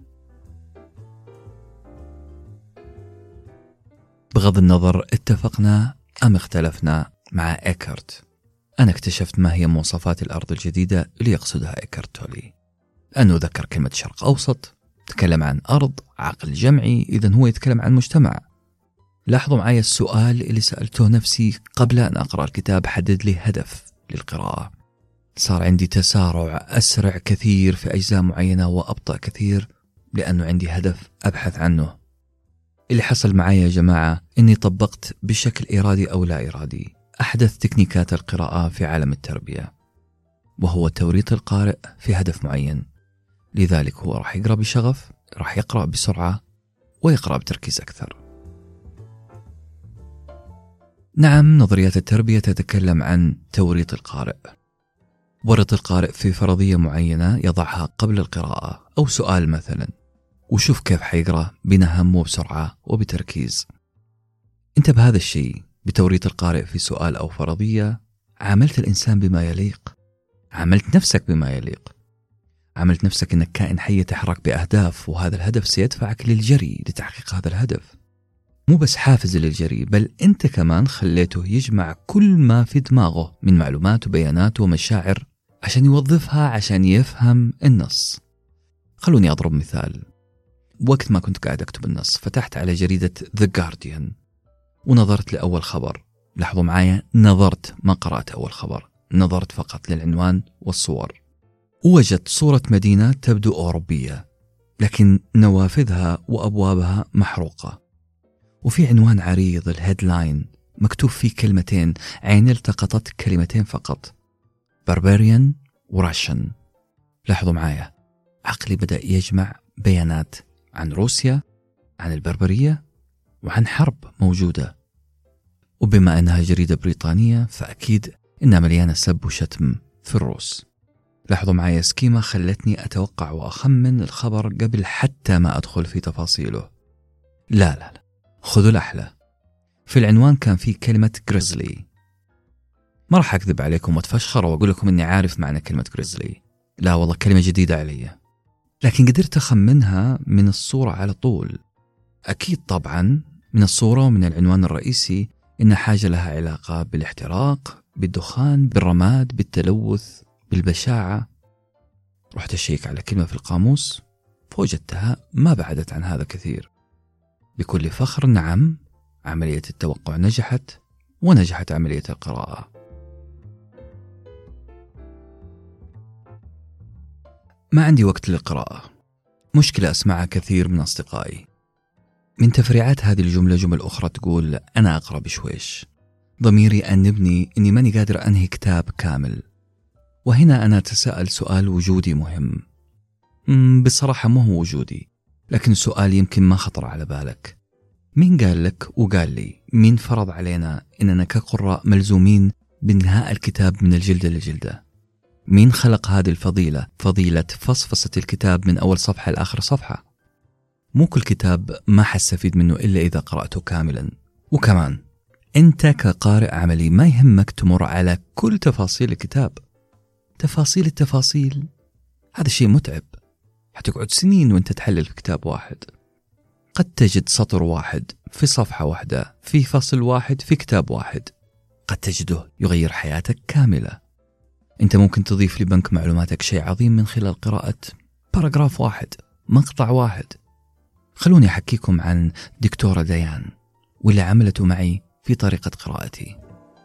بغض النظر اتفقنا أم اختلفنا مع إيكارت، أنا اكتشفت ما هي مواصفات الأرض الجديدة اللي يقصدها إيكارت تولي. أنه ذكر كلمة شرق أوسط، تكلم عن أرض، عقل جمعي، إذن هو يتكلم عن مجتمع. لاحظوا معي السؤال اللي سألته نفسي قبل أن أقرأ الكتاب حدد لي هدف للقراءة. صار عندي تسارع أسرع كثير في أجزاء معينة وأبطأ كثير لأنه عندي هدف أبحث عنه. اللي حصل معي يا جماعة إني طبقت بشكل إرادي أو لا إرادي أحدث تكنيكات القراءة في عالم التربية، وهو توريط القارئ في هدف معين. لذلك هو راح يقرأ بشغف، راح يقرأ بسرعة، ويقرأ بتركيز أكثر. نعم، نظريات التربية تتكلم عن توريط القارئ. ورط القارئ في فرضية معينة يضعها قبل القراءة أو سؤال مثلا، وشوف كيف حيقرأ بنهم وبسرعة وبتركيز. انت بهذا الشيء بتوريط القارئ في سؤال أو فرضية عاملت الإنسان بما يليق، عاملت نفسك بما يليق، عاملت نفسك إنك كائن حي يتحرك بأهداف، وهذا الهدف سيدفعك للجري لتحقيق هذا الهدف. مو بس حافز للجري، بل أنت كمان خليته يجمع كل ما في دماغه من معلومات وبيانات ومشاعر عشان يوظفها عشان يفهم النص. خلوني أضرب مثال. وقت ما كنت قاعد أكتب النص فتحت على جريدة The Guardian ونظرت لأول خبر. لاحظوا معايا، نظرت، ما قرأت أول خبر، نظرت فقط للعنوان والصور. ووجدت صورة مدينة تبدو أوروبية لكن نوافذها وأبوابها محروقة، وفي عنوان عريض، الهيدلاين، مكتوب فيه كلمتين، عيني التقطت كلمتين فقط، Barbarian وراشن. لاحظوا معايا، عقلي بدأ يجمع بيانات عن روسيا، عن البربرية، وعن حرب موجودة. وبما أنها جريدة بريطانية فأكيد إنها مليانة سب وشتم في الروس. لاحظوا معي سكيمة خلتني أتوقع وأخمن الخبر قبل حتى ما أدخل في تفاصيله. لا لا لا، خذوا الأحلى. في العنوان كان في كلمة غريزلي. ما راح أكذب عليكم وأتفشخر وأقول لكم إني عارف معنى كلمة غريزلي، لا والله كلمة جديدة علي، لكن قدرت أخمنها من الصورة على طول. أكيد طبعا من الصورة ومن العنوان الرئيسي إن حاجة لها علاقة بالاحتراق، بالدخان، بالرماد، بالتلوث، بالبشاعة. رحت أشيك على كلمة في القاموس فوجدتها ما بعدت عن هذا كثير. بكل فخر نعم، عملية التوقع نجحت، ونجحت عملية القراءة. ما عندي وقت للقراءة، مشكلة أسمعها كثير من أصدقائي. من تفريعات هذه الجملة جمل أخرى تقول أنا أقرأ بشويش، ضميري أنبني إني ماني قادر أنهي كتاب كامل. وهنا أنا أتساءل سؤال وجودي مهم. بصراحة مو هو وجودي، لكن سؤال يمكن ما خطر على بالك. مين قال لك وقال لي، مين فرض علينا إننا كقراء ملزومين بانهاء الكتاب من الجلدة للجلدة؟ مين خلق هذه الفضيلة، فضيلة فصفصة الكتاب من أول صفحة لآخر صفحة؟ مو كل كتاب ما حستفيد منه إلا إذا قرأته كاملا. وكمان أنت كقارئ عملي ما يهمك تمر على كل تفاصيل الكتاب. تفاصيل التفاصيل هذا شيء متعب، حتقعد سنين وانت تحلل في كتاب واحد. قد تجد سطر واحد في صفحة واحدة في فصل واحد في كتاب واحد، قد تجده يغير حياتك كاملة. انت ممكن تضيف لبنك معلوماتك شيء عظيم من خلال قراءة باراجراف واحد، مقطع واحد. خلوني أحكيكم عن دكتورة ديان واللي عملته معي في طريقة قراءتي.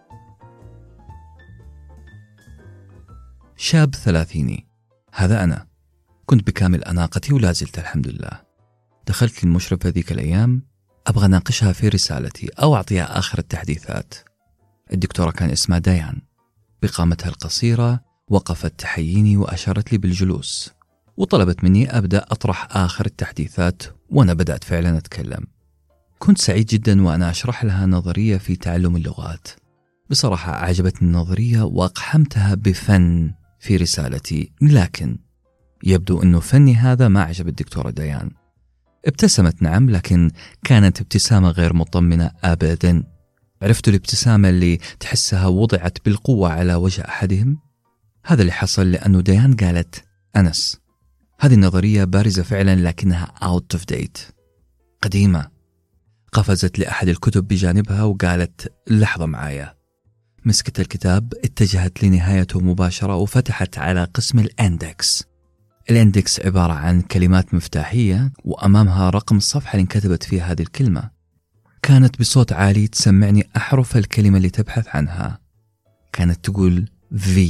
شاب ثلاثيني، هذا أنا، كنت بكامل أناقتي ولا زلت الحمد لله. دخلت للمشرف هذيك الأيام أبغى ناقشها في رسالتي أو أعطيها آخر التحديثات. الدكتورة كان اسمها ديان، بقامتها القصيرة وقفت تحييني وأشارت لي بالجلوس، وطلبت مني أبدأ أطرح آخر التحديثات. وأنا بدأت فعلا أتكلم. كنت سعيد جدا وأنا أشرح لها نظرية في تعلم اللغات. بصراحة أعجبتني النظرية وأقحمتها بفن في رسالتي، لكن يبدو أنه فني هذا ما عجب الدكتورة ديان. ابتسمت نعم، لكن كانت ابتسامة غير مطمئنة أبدا. عرفتوا الابتسامة اللي تحسها وضعت بالقوة على وجه أحدهم؟ هذا اللي حصل لأنه ديان قالت أنس، هذه النظرية بارزة فعلا لكنها out of date، قديمة. قفزت لأحد الكتب بجانبها وقالت لحظة معايا. مسكت الكتاب، اتجهت لنهايته مباشرة وفتحت على قسم الاندكس. الاندكس عبارة عن كلمات مفتاحية وأمامها رقم الصفحة اللي انكتبت فيها هذه الكلمة. كانت بصوت عالي تسمعني أحرف الكلمة اللي تبحث عنها. كانت تقول V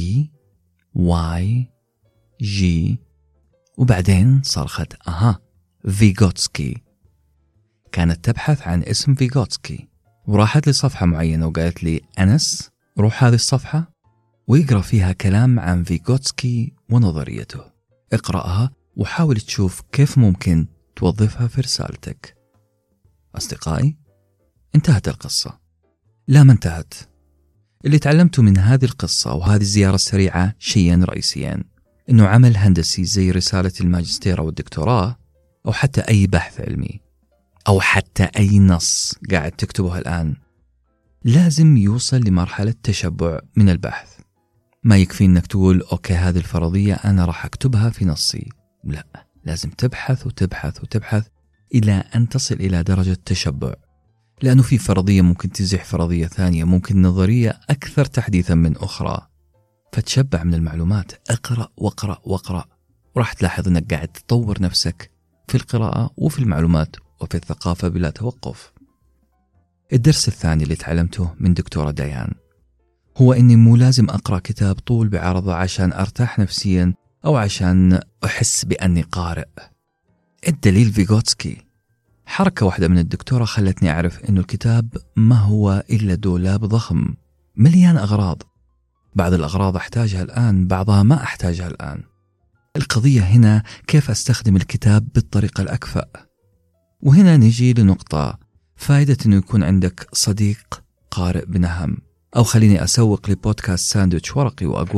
Y G، وبعدين صرخت أها فيغوتسكي. كانت تبحث عن اسم فيغوتسكي، وراحت لصفحة معينة وقالت لي أنس روح هذه الصفحة ويقرأ فيها كلام عن فيغوتسكي ونظريته. اقرأها وحاول تشوف كيف ممكن توظفها في رسالتك. أصدقائي، انتهت القصة. لا، ما انتهت. اللي تعلمته من هذه القصة وهذه الزيارة السريعة شيئين رئيسيين: إنه عمل هندسي زي رسالة الماجستير أو الدكتوراه أو حتى أي بحث علمي أو حتى أي نص قاعد تكتبه الآن لازم يوصل لمرحلة تشبع من البحث. ما يكفي إنك تقول أوكي هذه الفرضية أنا راح أكتبها في نصي، لا، لازم تبحث وتبحث وتبحث إلى أن تصل إلى درجة تشبع. لأنه في فرضية ممكن تزح فرضية ثانية، ممكن نظرية أكثر تحديثا من أخرى، فتشبع من المعلومات. اقرأ واقرأ واقرأ، وراح تلاحظ أنك قاعد تطور نفسك في القراءة وفي المعلومات وفي الثقافة بلا توقف. الدرس الثاني اللي تعلمته من دكتورة ديان هو أني مو لازم أقرأ كتاب طول بعرضه عشان أرتاح نفسيا أو عشان أحس بأني قارئ. الدليل فيغوتسكي. حركة واحدة من الدكتورة خلتني أعرف أنه الكتاب ما هو إلا دولاب ضخم مليان أغراض. بعض الأغراض أحتاجها الآن، بعضها ما أحتاجها الآن. القضية هنا كيف أستخدم الكتاب بالطريقة الأكفأ. وهنا نجي لنقطة فائدة أنه يكون عندك صديق قارئ بنهم، أو خليني أسوق لبودكاست ساندويتش ورقي وأقول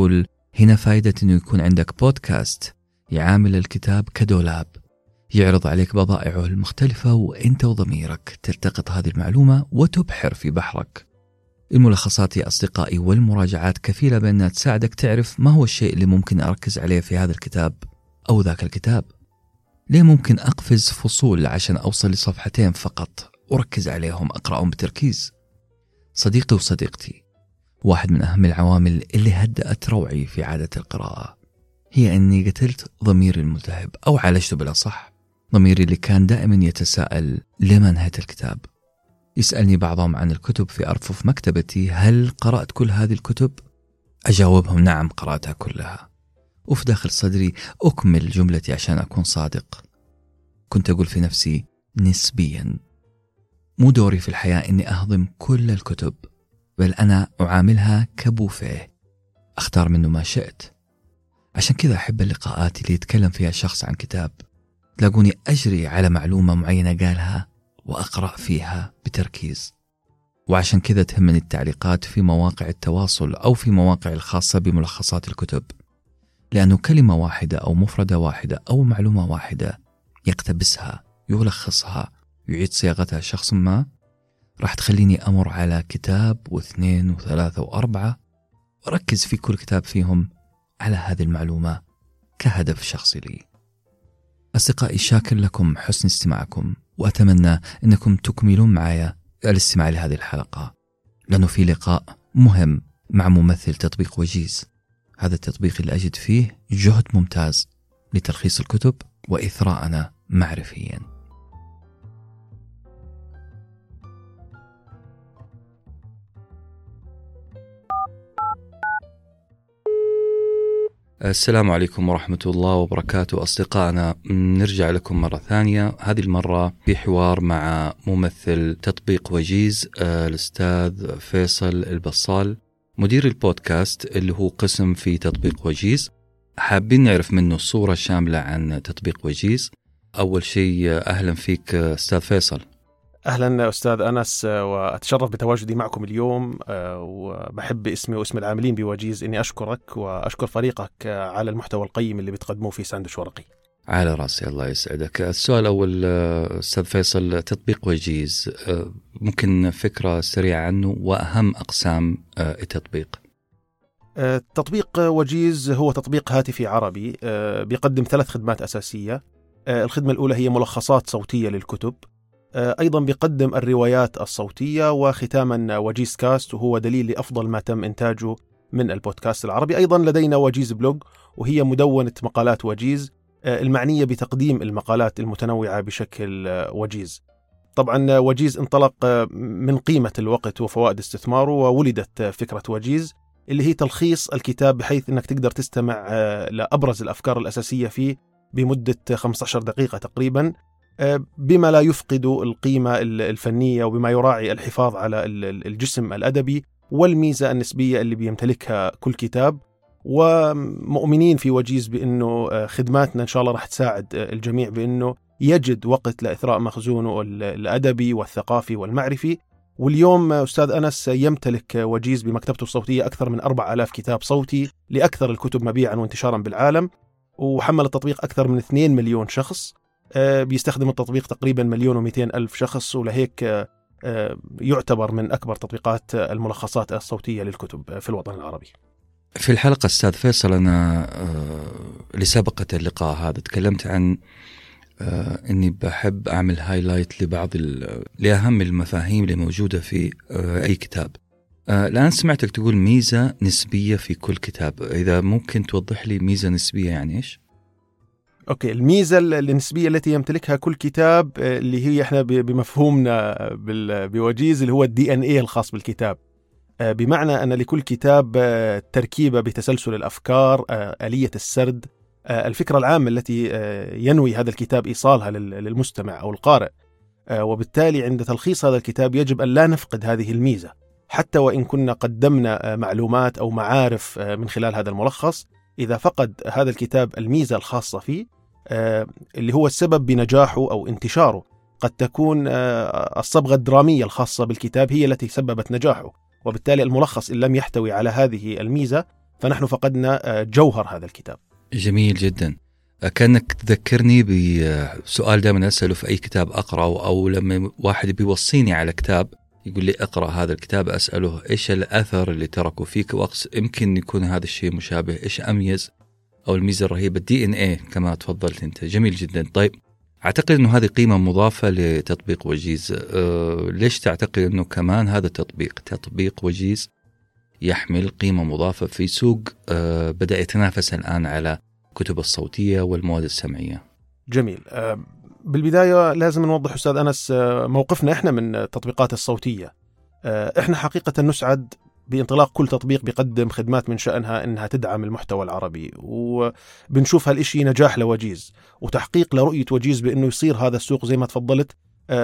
هنا فائدة أنه يكون عندك بودكاست يعامل الكتاب كدولاب، يعرض عليك بضائعه المختلفة وإنت وضميرك تلتقط هذه المعلومة وتبحر في بحرك. الملخصات يا أصدقائي والمراجعات كفيلة بأنها تساعدك تعرف ما هو الشيء اللي ممكن أركز عليه في هذا الكتاب أو ذاك الكتاب. ليه ممكن أقفز فصول عشان أوصل لصفحتين فقط وركز عليهم أقرأهم بتركيز. صديقي وصديقتي، واحد من أهم العوامل اللي هدأت روعي في عادة القراءة هي أني قتلت ضميري الملتهب، أو عالجته بلا صح، ضميري اللي كان دائما يتساءل لما نهاية الكتاب. يسألني بعضهم عن الكتب في أرفف مكتبتي، هل قرأت كل هذه الكتب؟ أجاوبهم نعم قرأتها كلها، وفي داخل صدري أكمل جملتي عشان أكون صادق. كنت أقول في نفسي نسبيا. مو دوري في الحياة أني أهضم كل الكتب، بل أنا أعاملها كبوفيه أختار منه ما شئت. عشان كذا أحب اللقاءات اللي يتكلم فيها شخص عن كتاب، تلاقوني أجري على معلومة معينة قالها وأقرأ فيها بتركيز. وعشان كذا تهمني التعليقات في مواقع التواصل أو في مواقع الخاصة بملخصات الكتب، لأنه كلمة واحدة أو مفردة واحدة أو معلومة واحدة يقتبسها يلخصها يعيد صياغتها شخص ما راح تخليني أمر على كتاب واثنين وثلاثة وأربعة وركز في كل كتاب فيهم على هذه المعلومة كهدف شخصي لي. أصدقائي، شاكر لكم حسن استماعكم، وأتمنى أنكم تكملون معي الاستماع لهذه الحلقة، لأنه في لقاء مهم مع ممثل تطبيق وجيز. هذا التطبيق اللي أجد فيه جهد ممتاز لتلخيص الكتب وإثراءنا معرفيا. السلام عليكم ورحمة الله وبركاته أصدقائنا، نرجع لكم مرة ثانية، هذه المرة في حوار مع ممثل تطبيق وجيز الأستاذ فيصل البصال، مدير البودكاست اللي هو قسم في تطبيق وجيز. حابين نعرف منه الصورة شاملة عن تطبيق وجيز. أول شيء أهلا فيك أستاذ فيصل. أهلا أستاذ أنس، وأتشرف بتواجدي معكم اليوم، وبحب اسمي واسم العاملين بوجيز إني أشكرك وأشكر فريقك على المحتوى القيم اللي بتقدموه في ساندويتش ورقي. على رأسي، الله يسعدك. السؤال الأول أستاذ فيصل، تطبيق وجيز ممكن فكرة سريعة عنه وأهم أقسام التطبيق؟ تطبيق وجيز هو تطبيق هاتفي عربي بيقدم ثلاث خدمات أساسية. الخدمة الأولى هي ملخصات صوتية للكتب، أيضا بيقدم الروايات الصوتية، وختاما وجيز كاست وهو دليل لأفضل ما تم إنتاجه من البودكاست العربي. أيضا لدينا وجيز بلوج، وهي مدونة مقالات وجيز المعنية بتقديم المقالات المتنوعة بشكل وجيز. طبعا وجيز انطلق من قيمة الوقت وفوائد استثماره، وولدت فكرة وجيز اللي هي تلخيص الكتاب بحيث أنك تقدر تستمع لأبرز الأفكار الأساسية فيه بمدة خمسة عشر دقيقة تقريبا، بما لا يفقد القيمة الفنية وبما يراعي الحفاظ على الجسم الأدبي والميزة النسبية اللي بيمتلكها كل كتاب. ومؤمنين في وجيز بأنه خدماتنا إن شاء الله راح تساعد الجميع بأنه يجد وقت لإثراء مخزونه الأدبي والثقافي والمعرفي. واليوم أستاذ أنس يمتلك وجيز بمكتبته الصوتية أكثر من أربعة آلاف كتاب صوتي لأكثر الكتب مبيعا وانتشارا بالعالم، وحمل التطبيق أكثر من اثنين مليون شخص. بيستخدم التطبيق تقريبا مليون ومئتين ألف شخص، ولهيك يعتبر من أكبر تطبيقات الملخصات الصوتية للكتب في الوطن العربي. في الحلقة أستاذ فيصل، أنا اللي سبقت اللقاء هذا تكلمت عن أني بحب أعمل هايلايت لبعض لأهم المفاهيم اللي موجودة في أي كتاب. الآن سمعتك تقول ميزة نسبية في كل كتاب، إذا ممكن توضح لي ميزة نسبية يعني إيش؟ أوكي، الميزة النسبية التي يمتلكها كل كتاب اللي هي إحنا بمفهومنا بوجيز اللي هو الدي ان اي الخاص بالكتاب، بمعنى أن لكل كتاب تركيبة بتسلسل الأفكار، آلية السرد، الفكرة العامة التي ينوي هذا الكتاب إيصالها للمستمع أو القارئ. وبالتالي عند تلخيص هذا الكتاب يجب أن لا نفقد هذه الميزة، حتى وإن كنا قدمنا معلومات أو معارف من خلال هذا الملخص. إذا فقد هذا الكتاب الميزة الخاصة فيه اللي هو السبب بنجاحه أو انتشاره، قد تكون الصبغة الدرامية الخاصة بالكتاب هي التي سببت نجاحه، وبالتالي الملخص إن لم يحتوي على هذه الميزة فنحن فقدنا جوهر هذا الكتاب. جميل جدا. كأنك تذكرني بسؤال دائما أسأله في أي كتاب أقرأه، أو لما واحد بيوصيني على كتاب يقول لي أقرأ هذا الكتاب، أسأله إيش الأثر اللي تركه فيك، ويمكن يكون هذا الشيء مشابه، إيش أميز أو الميزة الرهيبة، الدي إن إيه كما تفضلت أنت. جميل جدا. طيب، أعتقد أنه هذه قيمة مضافة لتطبيق وجيز. أه ليش تعتقد أنه كمان هذا التطبيق تطبيق وجيز يحمل قيمة مضافة في سوق أه بدأ يتنافس الآن على كتب الصوتية والمواد السمعية؟ جميل. أه بالبداية لازم نوضح أستاذ أنس موقفنا إحنا من التطبيقات الصوتية. أه إحنا حقيقة نسعد بانطلاق كل تطبيق بيقدم خدمات من شأنها إنها تدعم المحتوى العربي، وبنشوف هالإشي نجاح لوجيز وتحقيق لرؤية وجيز بأنه يصير هذا السوق زي ما تفضلت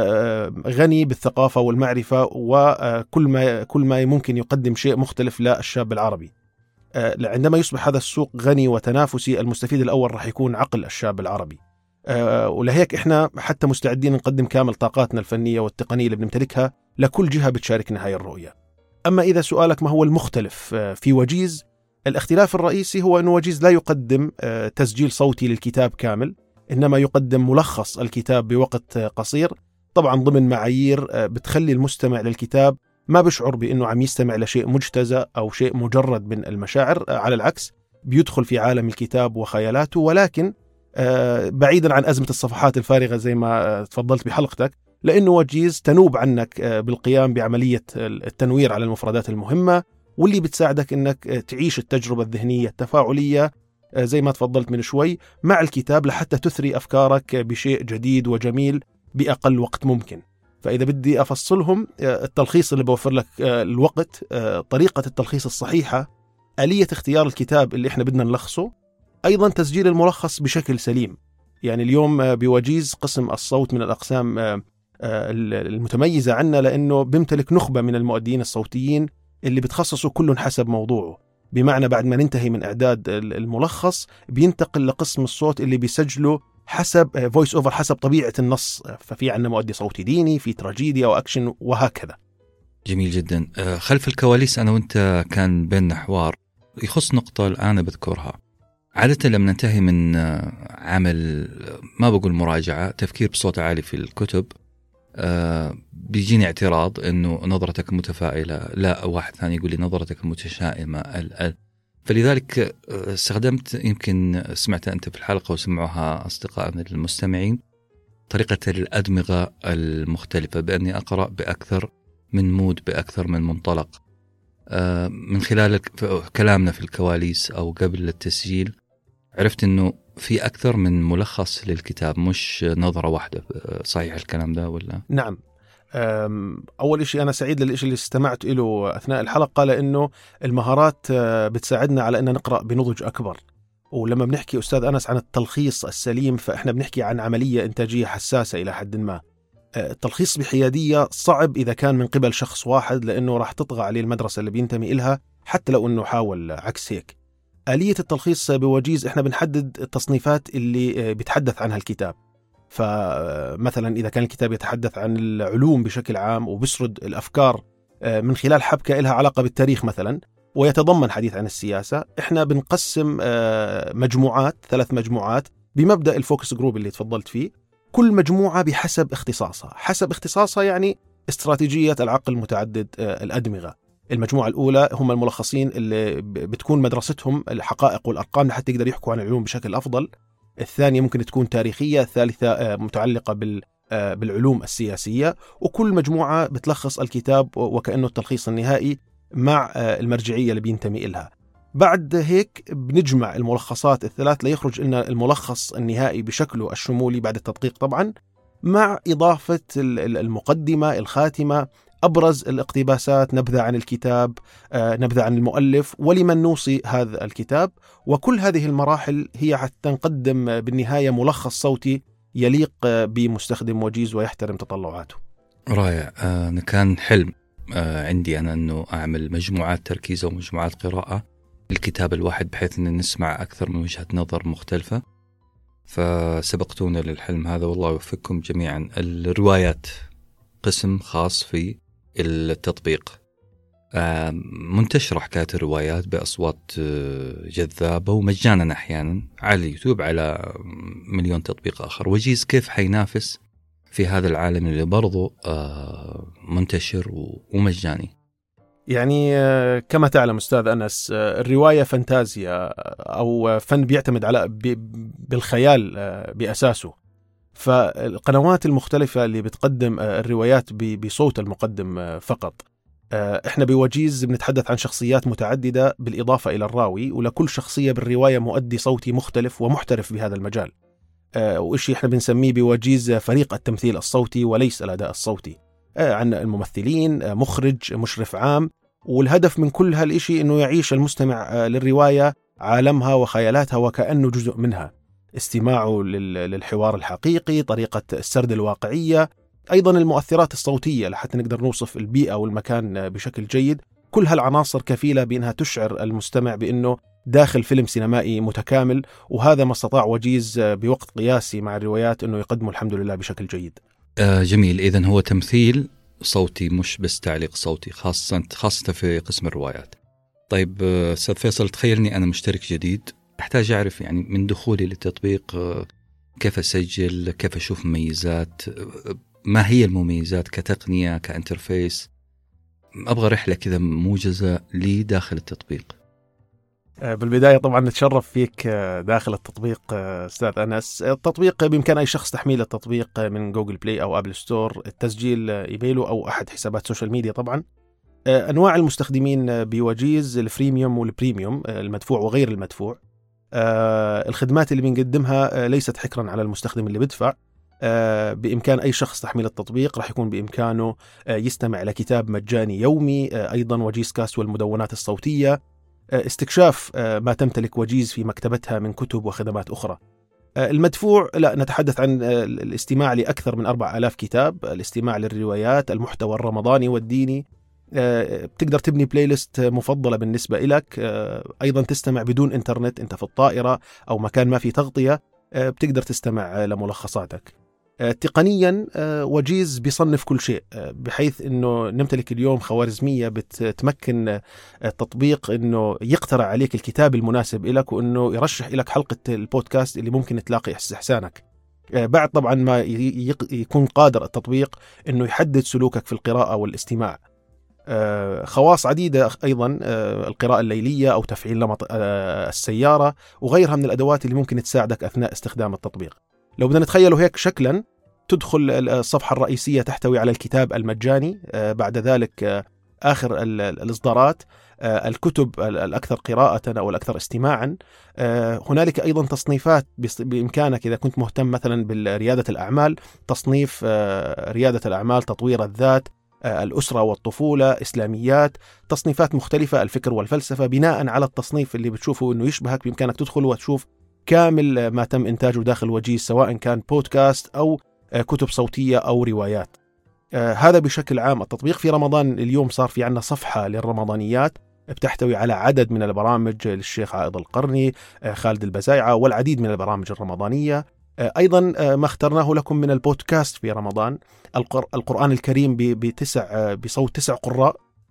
غني بالثقافة والمعرفة، وكل ما كل ما ممكن يقدم شيء مختلف للشاب العربي. عندما يصبح هذا السوق غني وتنافسي، المستفيد الأول راح يكون عقل الشاب العربي، ولهيك إحنا حتى مستعدين نقدم كامل طاقاتنا الفنية والتقنية اللي بنمتلكها لكل جهة بتشاركنا هاي الرؤية. أما إذا سؤالك ما هو المختلف في وجيز، الاختلاف الرئيسي هو أن وجيز لا يقدم تسجيل صوتي للكتاب كامل، إنما يقدم ملخص الكتاب بوقت قصير، طبعا ضمن معايير بتخلي المستمع للكتاب ما بشعر بأنه عم يستمع لشيء مجتزأ أو شيء مجرد من المشاعر، على العكس بيدخل في عالم الكتاب وخيالاته، ولكن بعيدا عن أزمة الصفحات الفارغة زي ما تفضلت بحلقتك، لأنه وجيز تنوب عنك بالقيام بعملية التنوير على المفردات المهمة، واللي بتساعدك أنك تعيش التجربة الذهنية التفاعلية زي ما تفضلت من شوي مع الكتاب، لحتى تثري أفكارك بشيء جديد وجميل بأقل وقت ممكن. فإذا بدي أفصلهم، التلخيص اللي بوفر لك الوقت، طريقة التلخيص الصحيحة، آلية اختيار الكتاب اللي احنا بدنا نلخصه، أيضا تسجيل الملخص بشكل سليم. يعني اليوم بوجيز قسم الصوت من الأقسام المتميزة عنا، لأنه بيمتلك نخبة من المؤدين الصوتيين اللي بتخصصوا كل حسب موضوعه، بمعنى بعد ما ننتهي من إعداد الملخص بينتقل لقسم الصوت اللي بيسجله حسب فويس أوفر، حسب طبيعة النص. ففي عنا مؤدي صوتي ديني، في تراجيديا أو أكشن وهكذا. جميل جدا. خلف الكواليس أنا وأنت كان بيننا حوار يخص نقطة الآن بذكرها. عادة لما ننتهي من عمل، ما بقول مراجعة، تفكير بصوت عالي في الكتب، بيجيني اعتراض إنه نظرتك متفائلة، لا واحد ثاني يقول لي نظرتك متشائمة. ال ال فلذلك استخدمت، يمكن سمعت أنت في الحلقة وسمعوها أصدقائنا المستمعين، طريقة الأدمغة المختلفة، بأني أقرأ بأكثر من مود، بأكثر من منطلق. من خلال كلامنا في الكواليس أو قبل التسجيل عرفت أنه في أكثر من ملخص للكتاب، مش نظرة واحدة. صحيح الكلام ده ولا؟ نعم. أول شيء أنا سعيد للإشي اللي استمعت له أثناء الحلقة، لأنه المهارات بتساعدنا على أن نقرأ بنضج أكبر. ولما بنحكي أستاذ أنس عن التلخيص السليم، فإحنا بنحكي عن عملية إنتاجية حساسة إلى حد ما. التلخيص بحيادية صعب إذا كان من قبل شخص واحد، لأنه راح تطغى عليه المدرسة اللي بينتمي إلها، حتى لو أنه حاول عكس هيك. آلية التلخيص بوجيز إحنا بنحدد التصنيفات اللي بيتحدث عنها الكتاب. فمثلا إذا كان الكتاب يتحدث عن العلوم بشكل عام وبسرد الأفكار من خلال حبكة إلها علاقة بالتاريخ مثلا، ويتضمن حديث عن السياسة، إحنا بنقسم مجموعات، ثلاث مجموعات بمبدأ الفوكس جروب اللي تفضلت فيه، كل مجموعة بحسب اختصاصها. حسب اختصاصها يعني استراتيجية العقل متعدد الأدمغة. المجموعة الأولى هم الملخصين اللي بتكون مدرستهم الحقائق والأرقام لحتى يقدر يحكوا عن العلوم بشكل أفضل. الثانية ممكن تكون تاريخية. الثالثة متعلقة بالعلوم السياسية. وكل مجموعة بتلخص الكتاب وكأنه التلخيص النهائي مع المرجعية اللي بينتمي إلها. بعد هيك بنجمع الملخصات الثلاث ليخرج لنا الملخص النهائي بشكله الشمولي بعد التدقيق طبعا، مع إضافة المقدمة، الخاتمة، أبرز الاقتباسات، نبذة عن الكتاب، نبذة عن المؤلف، ولمن نوصي هذا الكتاب. وكل هذه المراحل هي حتى نقدم بالنهاية ملخص صوتي يليق بمستخدم وجيز ويحترم تطلعاته. رائع. أنا كان حلم عندي أنا أنه أعمل مجموعات تركيز أو مجموعات قراءة الكتاب الواحد، بحيث أن نسمع أكثر من وجهة نظر مختلفة. فسبقتونا للحلم هذا، والله يوفقكم جميعا. الروايات قسم خاص في التطبيق، منتشرة حكاية الروايات بأصوات جذابة ومجانا أحيانا على اليوتيوب، على مليون تطبيق آخر. وجيز كيف حينافس في هذا العالم اللي برضو منتشر ومجاني؟ يعني كما تعلم أستاذ أنس، الرواية فانتازيا أو فن بيعتمد على بالخيال بأساسه، فالقنوات المختلفة اللي بتقدم الروايات بصوت المقدم فقط. احنا بوجيز بنتحدث عن شخصيات متعددة بالإضافة إلى الراوي، ولكل شخصية بالرواية مؤدي صوتي مختلف ومحترف بهذا المجال، وإشي احنا بنسميه بوجيز فريق التمثيل الصوتي وليس الأداء الصوتي. عن الممثلين، مخرج، مشرف عام، والهدف من كل هالإشي إنه يعيش المستمع للرواية عالمها وخيالاتها وكأنه جزء منها، استماعه للحوار الحقيقي، طريقة السرد الواقعية، أيضا المؤثرات الصوتية لحتى نقدر نوصف البيئة والمكان بشكل جيد. كل هالعناصر كفيلة بأنها تشعر المستمع بأنه داخل فيلم سينمائي متكامل، وهذا ما استطاع وجيز بوقت قياسي مع الروايات أنه يقدمه الحمد لله بشكل جيد. آه جميل. إذن هو تمثيل صوتي مش بس تعليق صوتي، خاصة خاصة في قسم الروايات. طيب أستاذ فيصل، تخيلني أنا مشترك جديد، أحتاج أعرف يعني من دخولي للتطبيق كيف أسجل، كيف أشوف مميزات، ما هي المميزات كتقنية كانترفيس. أبغى رحلة كذا موجزة لي داخل التطبيق. بالبداية طبعا نتشرف فيك داخل التطبيق أستاذ أنس. التطبيق بإمكان أي شخص تحميل التطبيق من جوجل بلاي أو أبل ستور، التسجيل إيميله أو أحد حسابات سوشيال ميديا. طبعا أنواع المستخدمين بوجيز الفريميوم والبريميوم، المدفوع وغير المدفوع. الخدمات اللي بنقدمها ليست حكرا على المستخدم اللي بدفع. بإمكان أي شخص تحميل التطبيق، راح يكون بإمكانه يستمع إلى كتاب مجاني يومي، أيضا وجيز كاست والمدونات الصوتية، استكشاف ما تمتلك وجيز في مكتبتها من كتب وخدمات أخرى. المدفوع لا، نتحدث عن الاستماع لأكثر من أربع آلاف كتاب، الاستماع للروايات، المحتوى الرمضاني والديني. بتقدر تبني بلاي ليست مفضلة بالنسبة إلك، أيضا تستمع بدون إنترنت، أنت في الطائرة أو مكان ما في تغطية بتقدر تستمع لملخصاتك. تقنيا وجيز بيصنف كل شيء، بحيث أنه نمتلك اليوم خوارزمية بتمكن التطبيق أنه يقترح عليك الكتاب المناسب لك، وأنه يرشح لك حلقة البودكاست اللي ممكن تلاقي استحسانك، بعد طبعا ما يكون قادر التطبيق أنه يحدد سلوكك في القراءة والاستماع. خواص عديدة أيضا، القراءة الليلية أو تفعيل نمط السيارة وغيرها من الأدوات اللي ممكن تساعدك أثناء استخدام التطبيق. لو بدنا نتخيله هيك شكلا، تدخل الصفحة الرئيسية تحتوي على الكتاب المجاني، بعد ذلك آخر الإصدارات، الكتب الأكثر قراءة أو الأكثر استماعا. هنالك أيضا تصنيفات بإمكانك إذا كنت مهتم مثلا بريادة الأعمال، تصنيف ريادة الأعمال، تطوير الذات، الأسرة والطفولة، إسلاميات، تصنيفات مختلفة، الفكر والفلسفة. بناء على التصنيف اللي بتشوفه إنه يشبهك بإمكانك تدخل وتشوف كامل ما تم إنتاجه داخل وجيز، سواء كان بودكاست أو كتب صوتية أو روايات. هذا بشكل عام التطبيق. في رمضان اليوم صار في عنا صفحة للرمضانيات بتحتوي على عدد من البرامج للشيخ عائض القرني، خالد البزايعة، والعديد من البرامج الرمضانية. أيضا ما اخترناه لكم من البودكاست في رمضان، القرآن الكريم بتسع بصوت تسع قراء،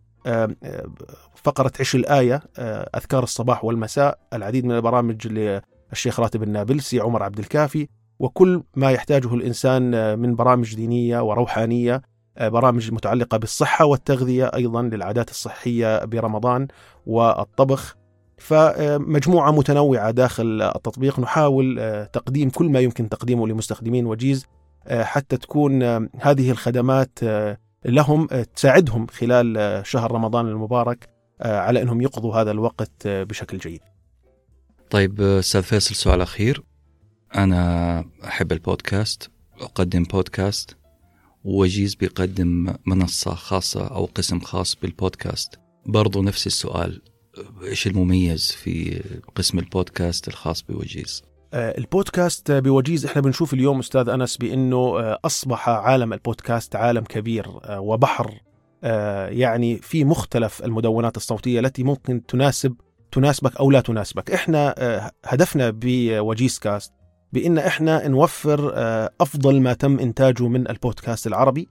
فقرة عش الآية، أذكار الصباح والمساء، العديد من البرامج للشيخ راتب النابلسي، عمر عبد الكافي، وكل ما يحتاجه الإنسان من برامج دينية وروحانية، برامج متعلقة بالصحة والتغذية، أيضا للعادات الصحية برمضان والطبخ. فمجموعة متنوعة داخل التطبيق، نحاول تقديم كل ما يمكن تقديمه لمستخدمين وجيز حتى تكون هذه الخدمات لهم تساعدهم خلال شهر رمضان المبارك على أنهم يقضوا هذا الوقت بشكل جيد. طيب أستاذ فيصل، سؤال أخير. أنا أحب البودكاست، أقدم بودكاست، وجيز بيقدم منصة خاصة أو قسم خاص بالبودكاست، برضو نفس السؤال، إيش المميز في قسم البودكاست الخاص بوجيز؟ البودكاست بوجيز إحنا بنشوف اليوم أستاذ أنس بأنه أصبح عالم البودكاست عالم كبير وبحر، يعني في مختلف المدونات الصوتية التي ممكن تناسب تناسبك أو لا تناسبك. إحنا هدفنا بوجيز كاست بأن إحنا نوفر أفضل ما تم إنتاجه من البودكاست العربي،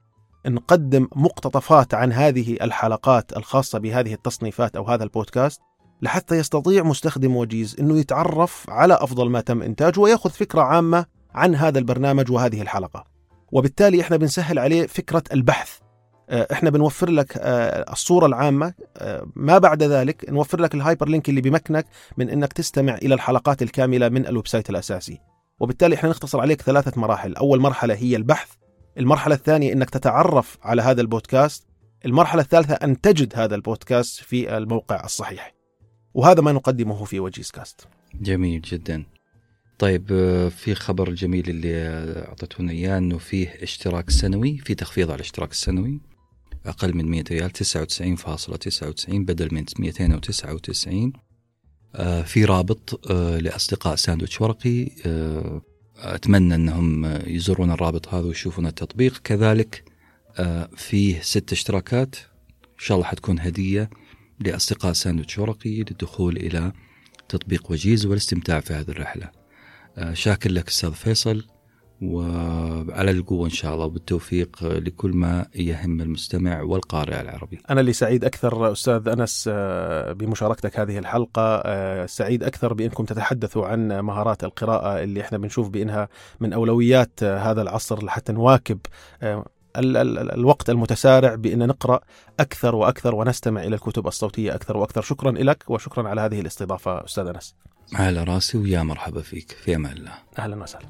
نقدم مقتطفات عن هذه الحلقات الخاصة بهذه التصنيفات أو هذا البودكاست، لحتى يستطيع مستخدم وجيز أنه يتعرف على أفضل ما تم إنتاجه ويأخذ فكرة عامة عن هذا البرنامج وهذه الحلقة. وبالتالي إحنا بنسهل عليه فكرة البحث. إحنا بنوفر لك الصورة العامة، ما بعد ذلك نوفر لك الهايبر لينك اللي بيمكنك من أنك تستمع إلى الحلقات الكاملة من الويب سايت الأساسي. وبالتالي إحنا نختصر عليك ثلاثة مراحل. أول مرحلة هي البحث، المرحلة الثانية أنك تتعرف على هذا البودكاست، المرحلة الثالثة أن تجد هذا البودكاست في الموقع الصحيح. وهذا ما نقدمه في وجيز كاست. جميل جدا. طيب، في خبر جميل اللي أعطتونا إياه أنه فيه اشتراك سنوي، في تخفيض على الاشتراك السنوي أقل من مئة ريال، تسعة وتسعين فاصلة تسعة وتسعين بدل من مئتين وتسعة وتسعين. في رابط لأصدقاء ساندويتش ورقي، أتمنى أنهم يزورون الرابط هذا ويشوفون التطبيق. كذلك فيه ست اشتراكات إن شاء الله حتكون هدية لأصدقاء ساندويتش ورقي للدخول إلى تطبيق وجيز والاستمتاع في هذه الرحلة. شاكر لك أستاذ فيصل، وعلى القوة إن شاء الله وبالتوفيق لكل ما يهم المستمع والقارئ العربي. أنا اللي سعيد أكثر أستاذ أنس بمشاركتك هذه الحلقة، سعيد أكثر بأنكم تتحدثوا عن مهارات القراءة اللي إحنا بنشوف بأنها من أولويات هذا العصر لحتى نواكب ال- ال- الوقت المتسارع، بأن نقرأ أكثر وأكثر ونستمع إلى الكتب الصوتية أكثر وأكثر. شكرا لك وشكرا على هذه الاستضافة أستاذ أنس. على راسي، ويا مرحبا فيك. في أمان الله. أهلا وسهلا.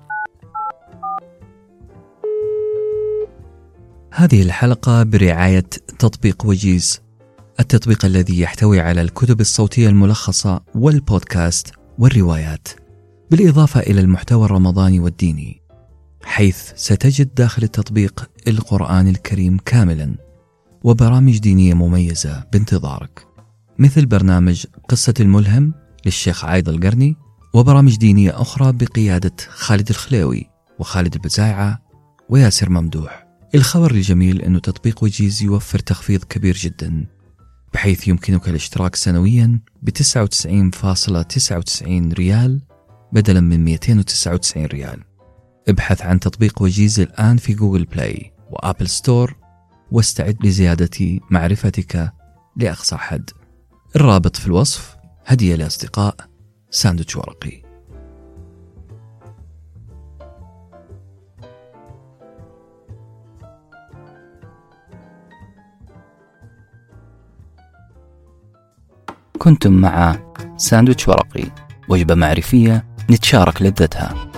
هذه الحلقة برعاية تطبيق وجيز، التطبيق الذي يحتوي على الكتب الصوتية الملخصة والبودكاست والروايات، بالإضافة إلى المحتوى الرمضاني والديني، حيث ستجد داخل التطبيق القرآن الكريم كاملا وبرامج دينية مميزة بانتظارك، مثل برنامج قصة الملهم للشيخ عايض القرني، وبرامج دينية أخرى بقيادة خالد الخليوي وخالد البزايعة وياسر ممدوح. الخبر الجميل أنه تطبيق وجيز يوفر تخفيض كبير جدا، بحيث يمكنك الاشتراك سنويا ب تسعة وتسعين فاصلة تسعة وتسعين ريال بدلا من مئتين وتسعة وتسعين ريال. ابحث عن تطبيق وجيز الآن في جوجل بلاي وآبل ستور، واستعد لزيادة معرفتك لأقصى حد. الرابط في الوصف. هدية لأصدقاء ساندويتش ورقي. كنتم مع ساندويتش ورقي، وجبة معرفية نتشارك لذتها.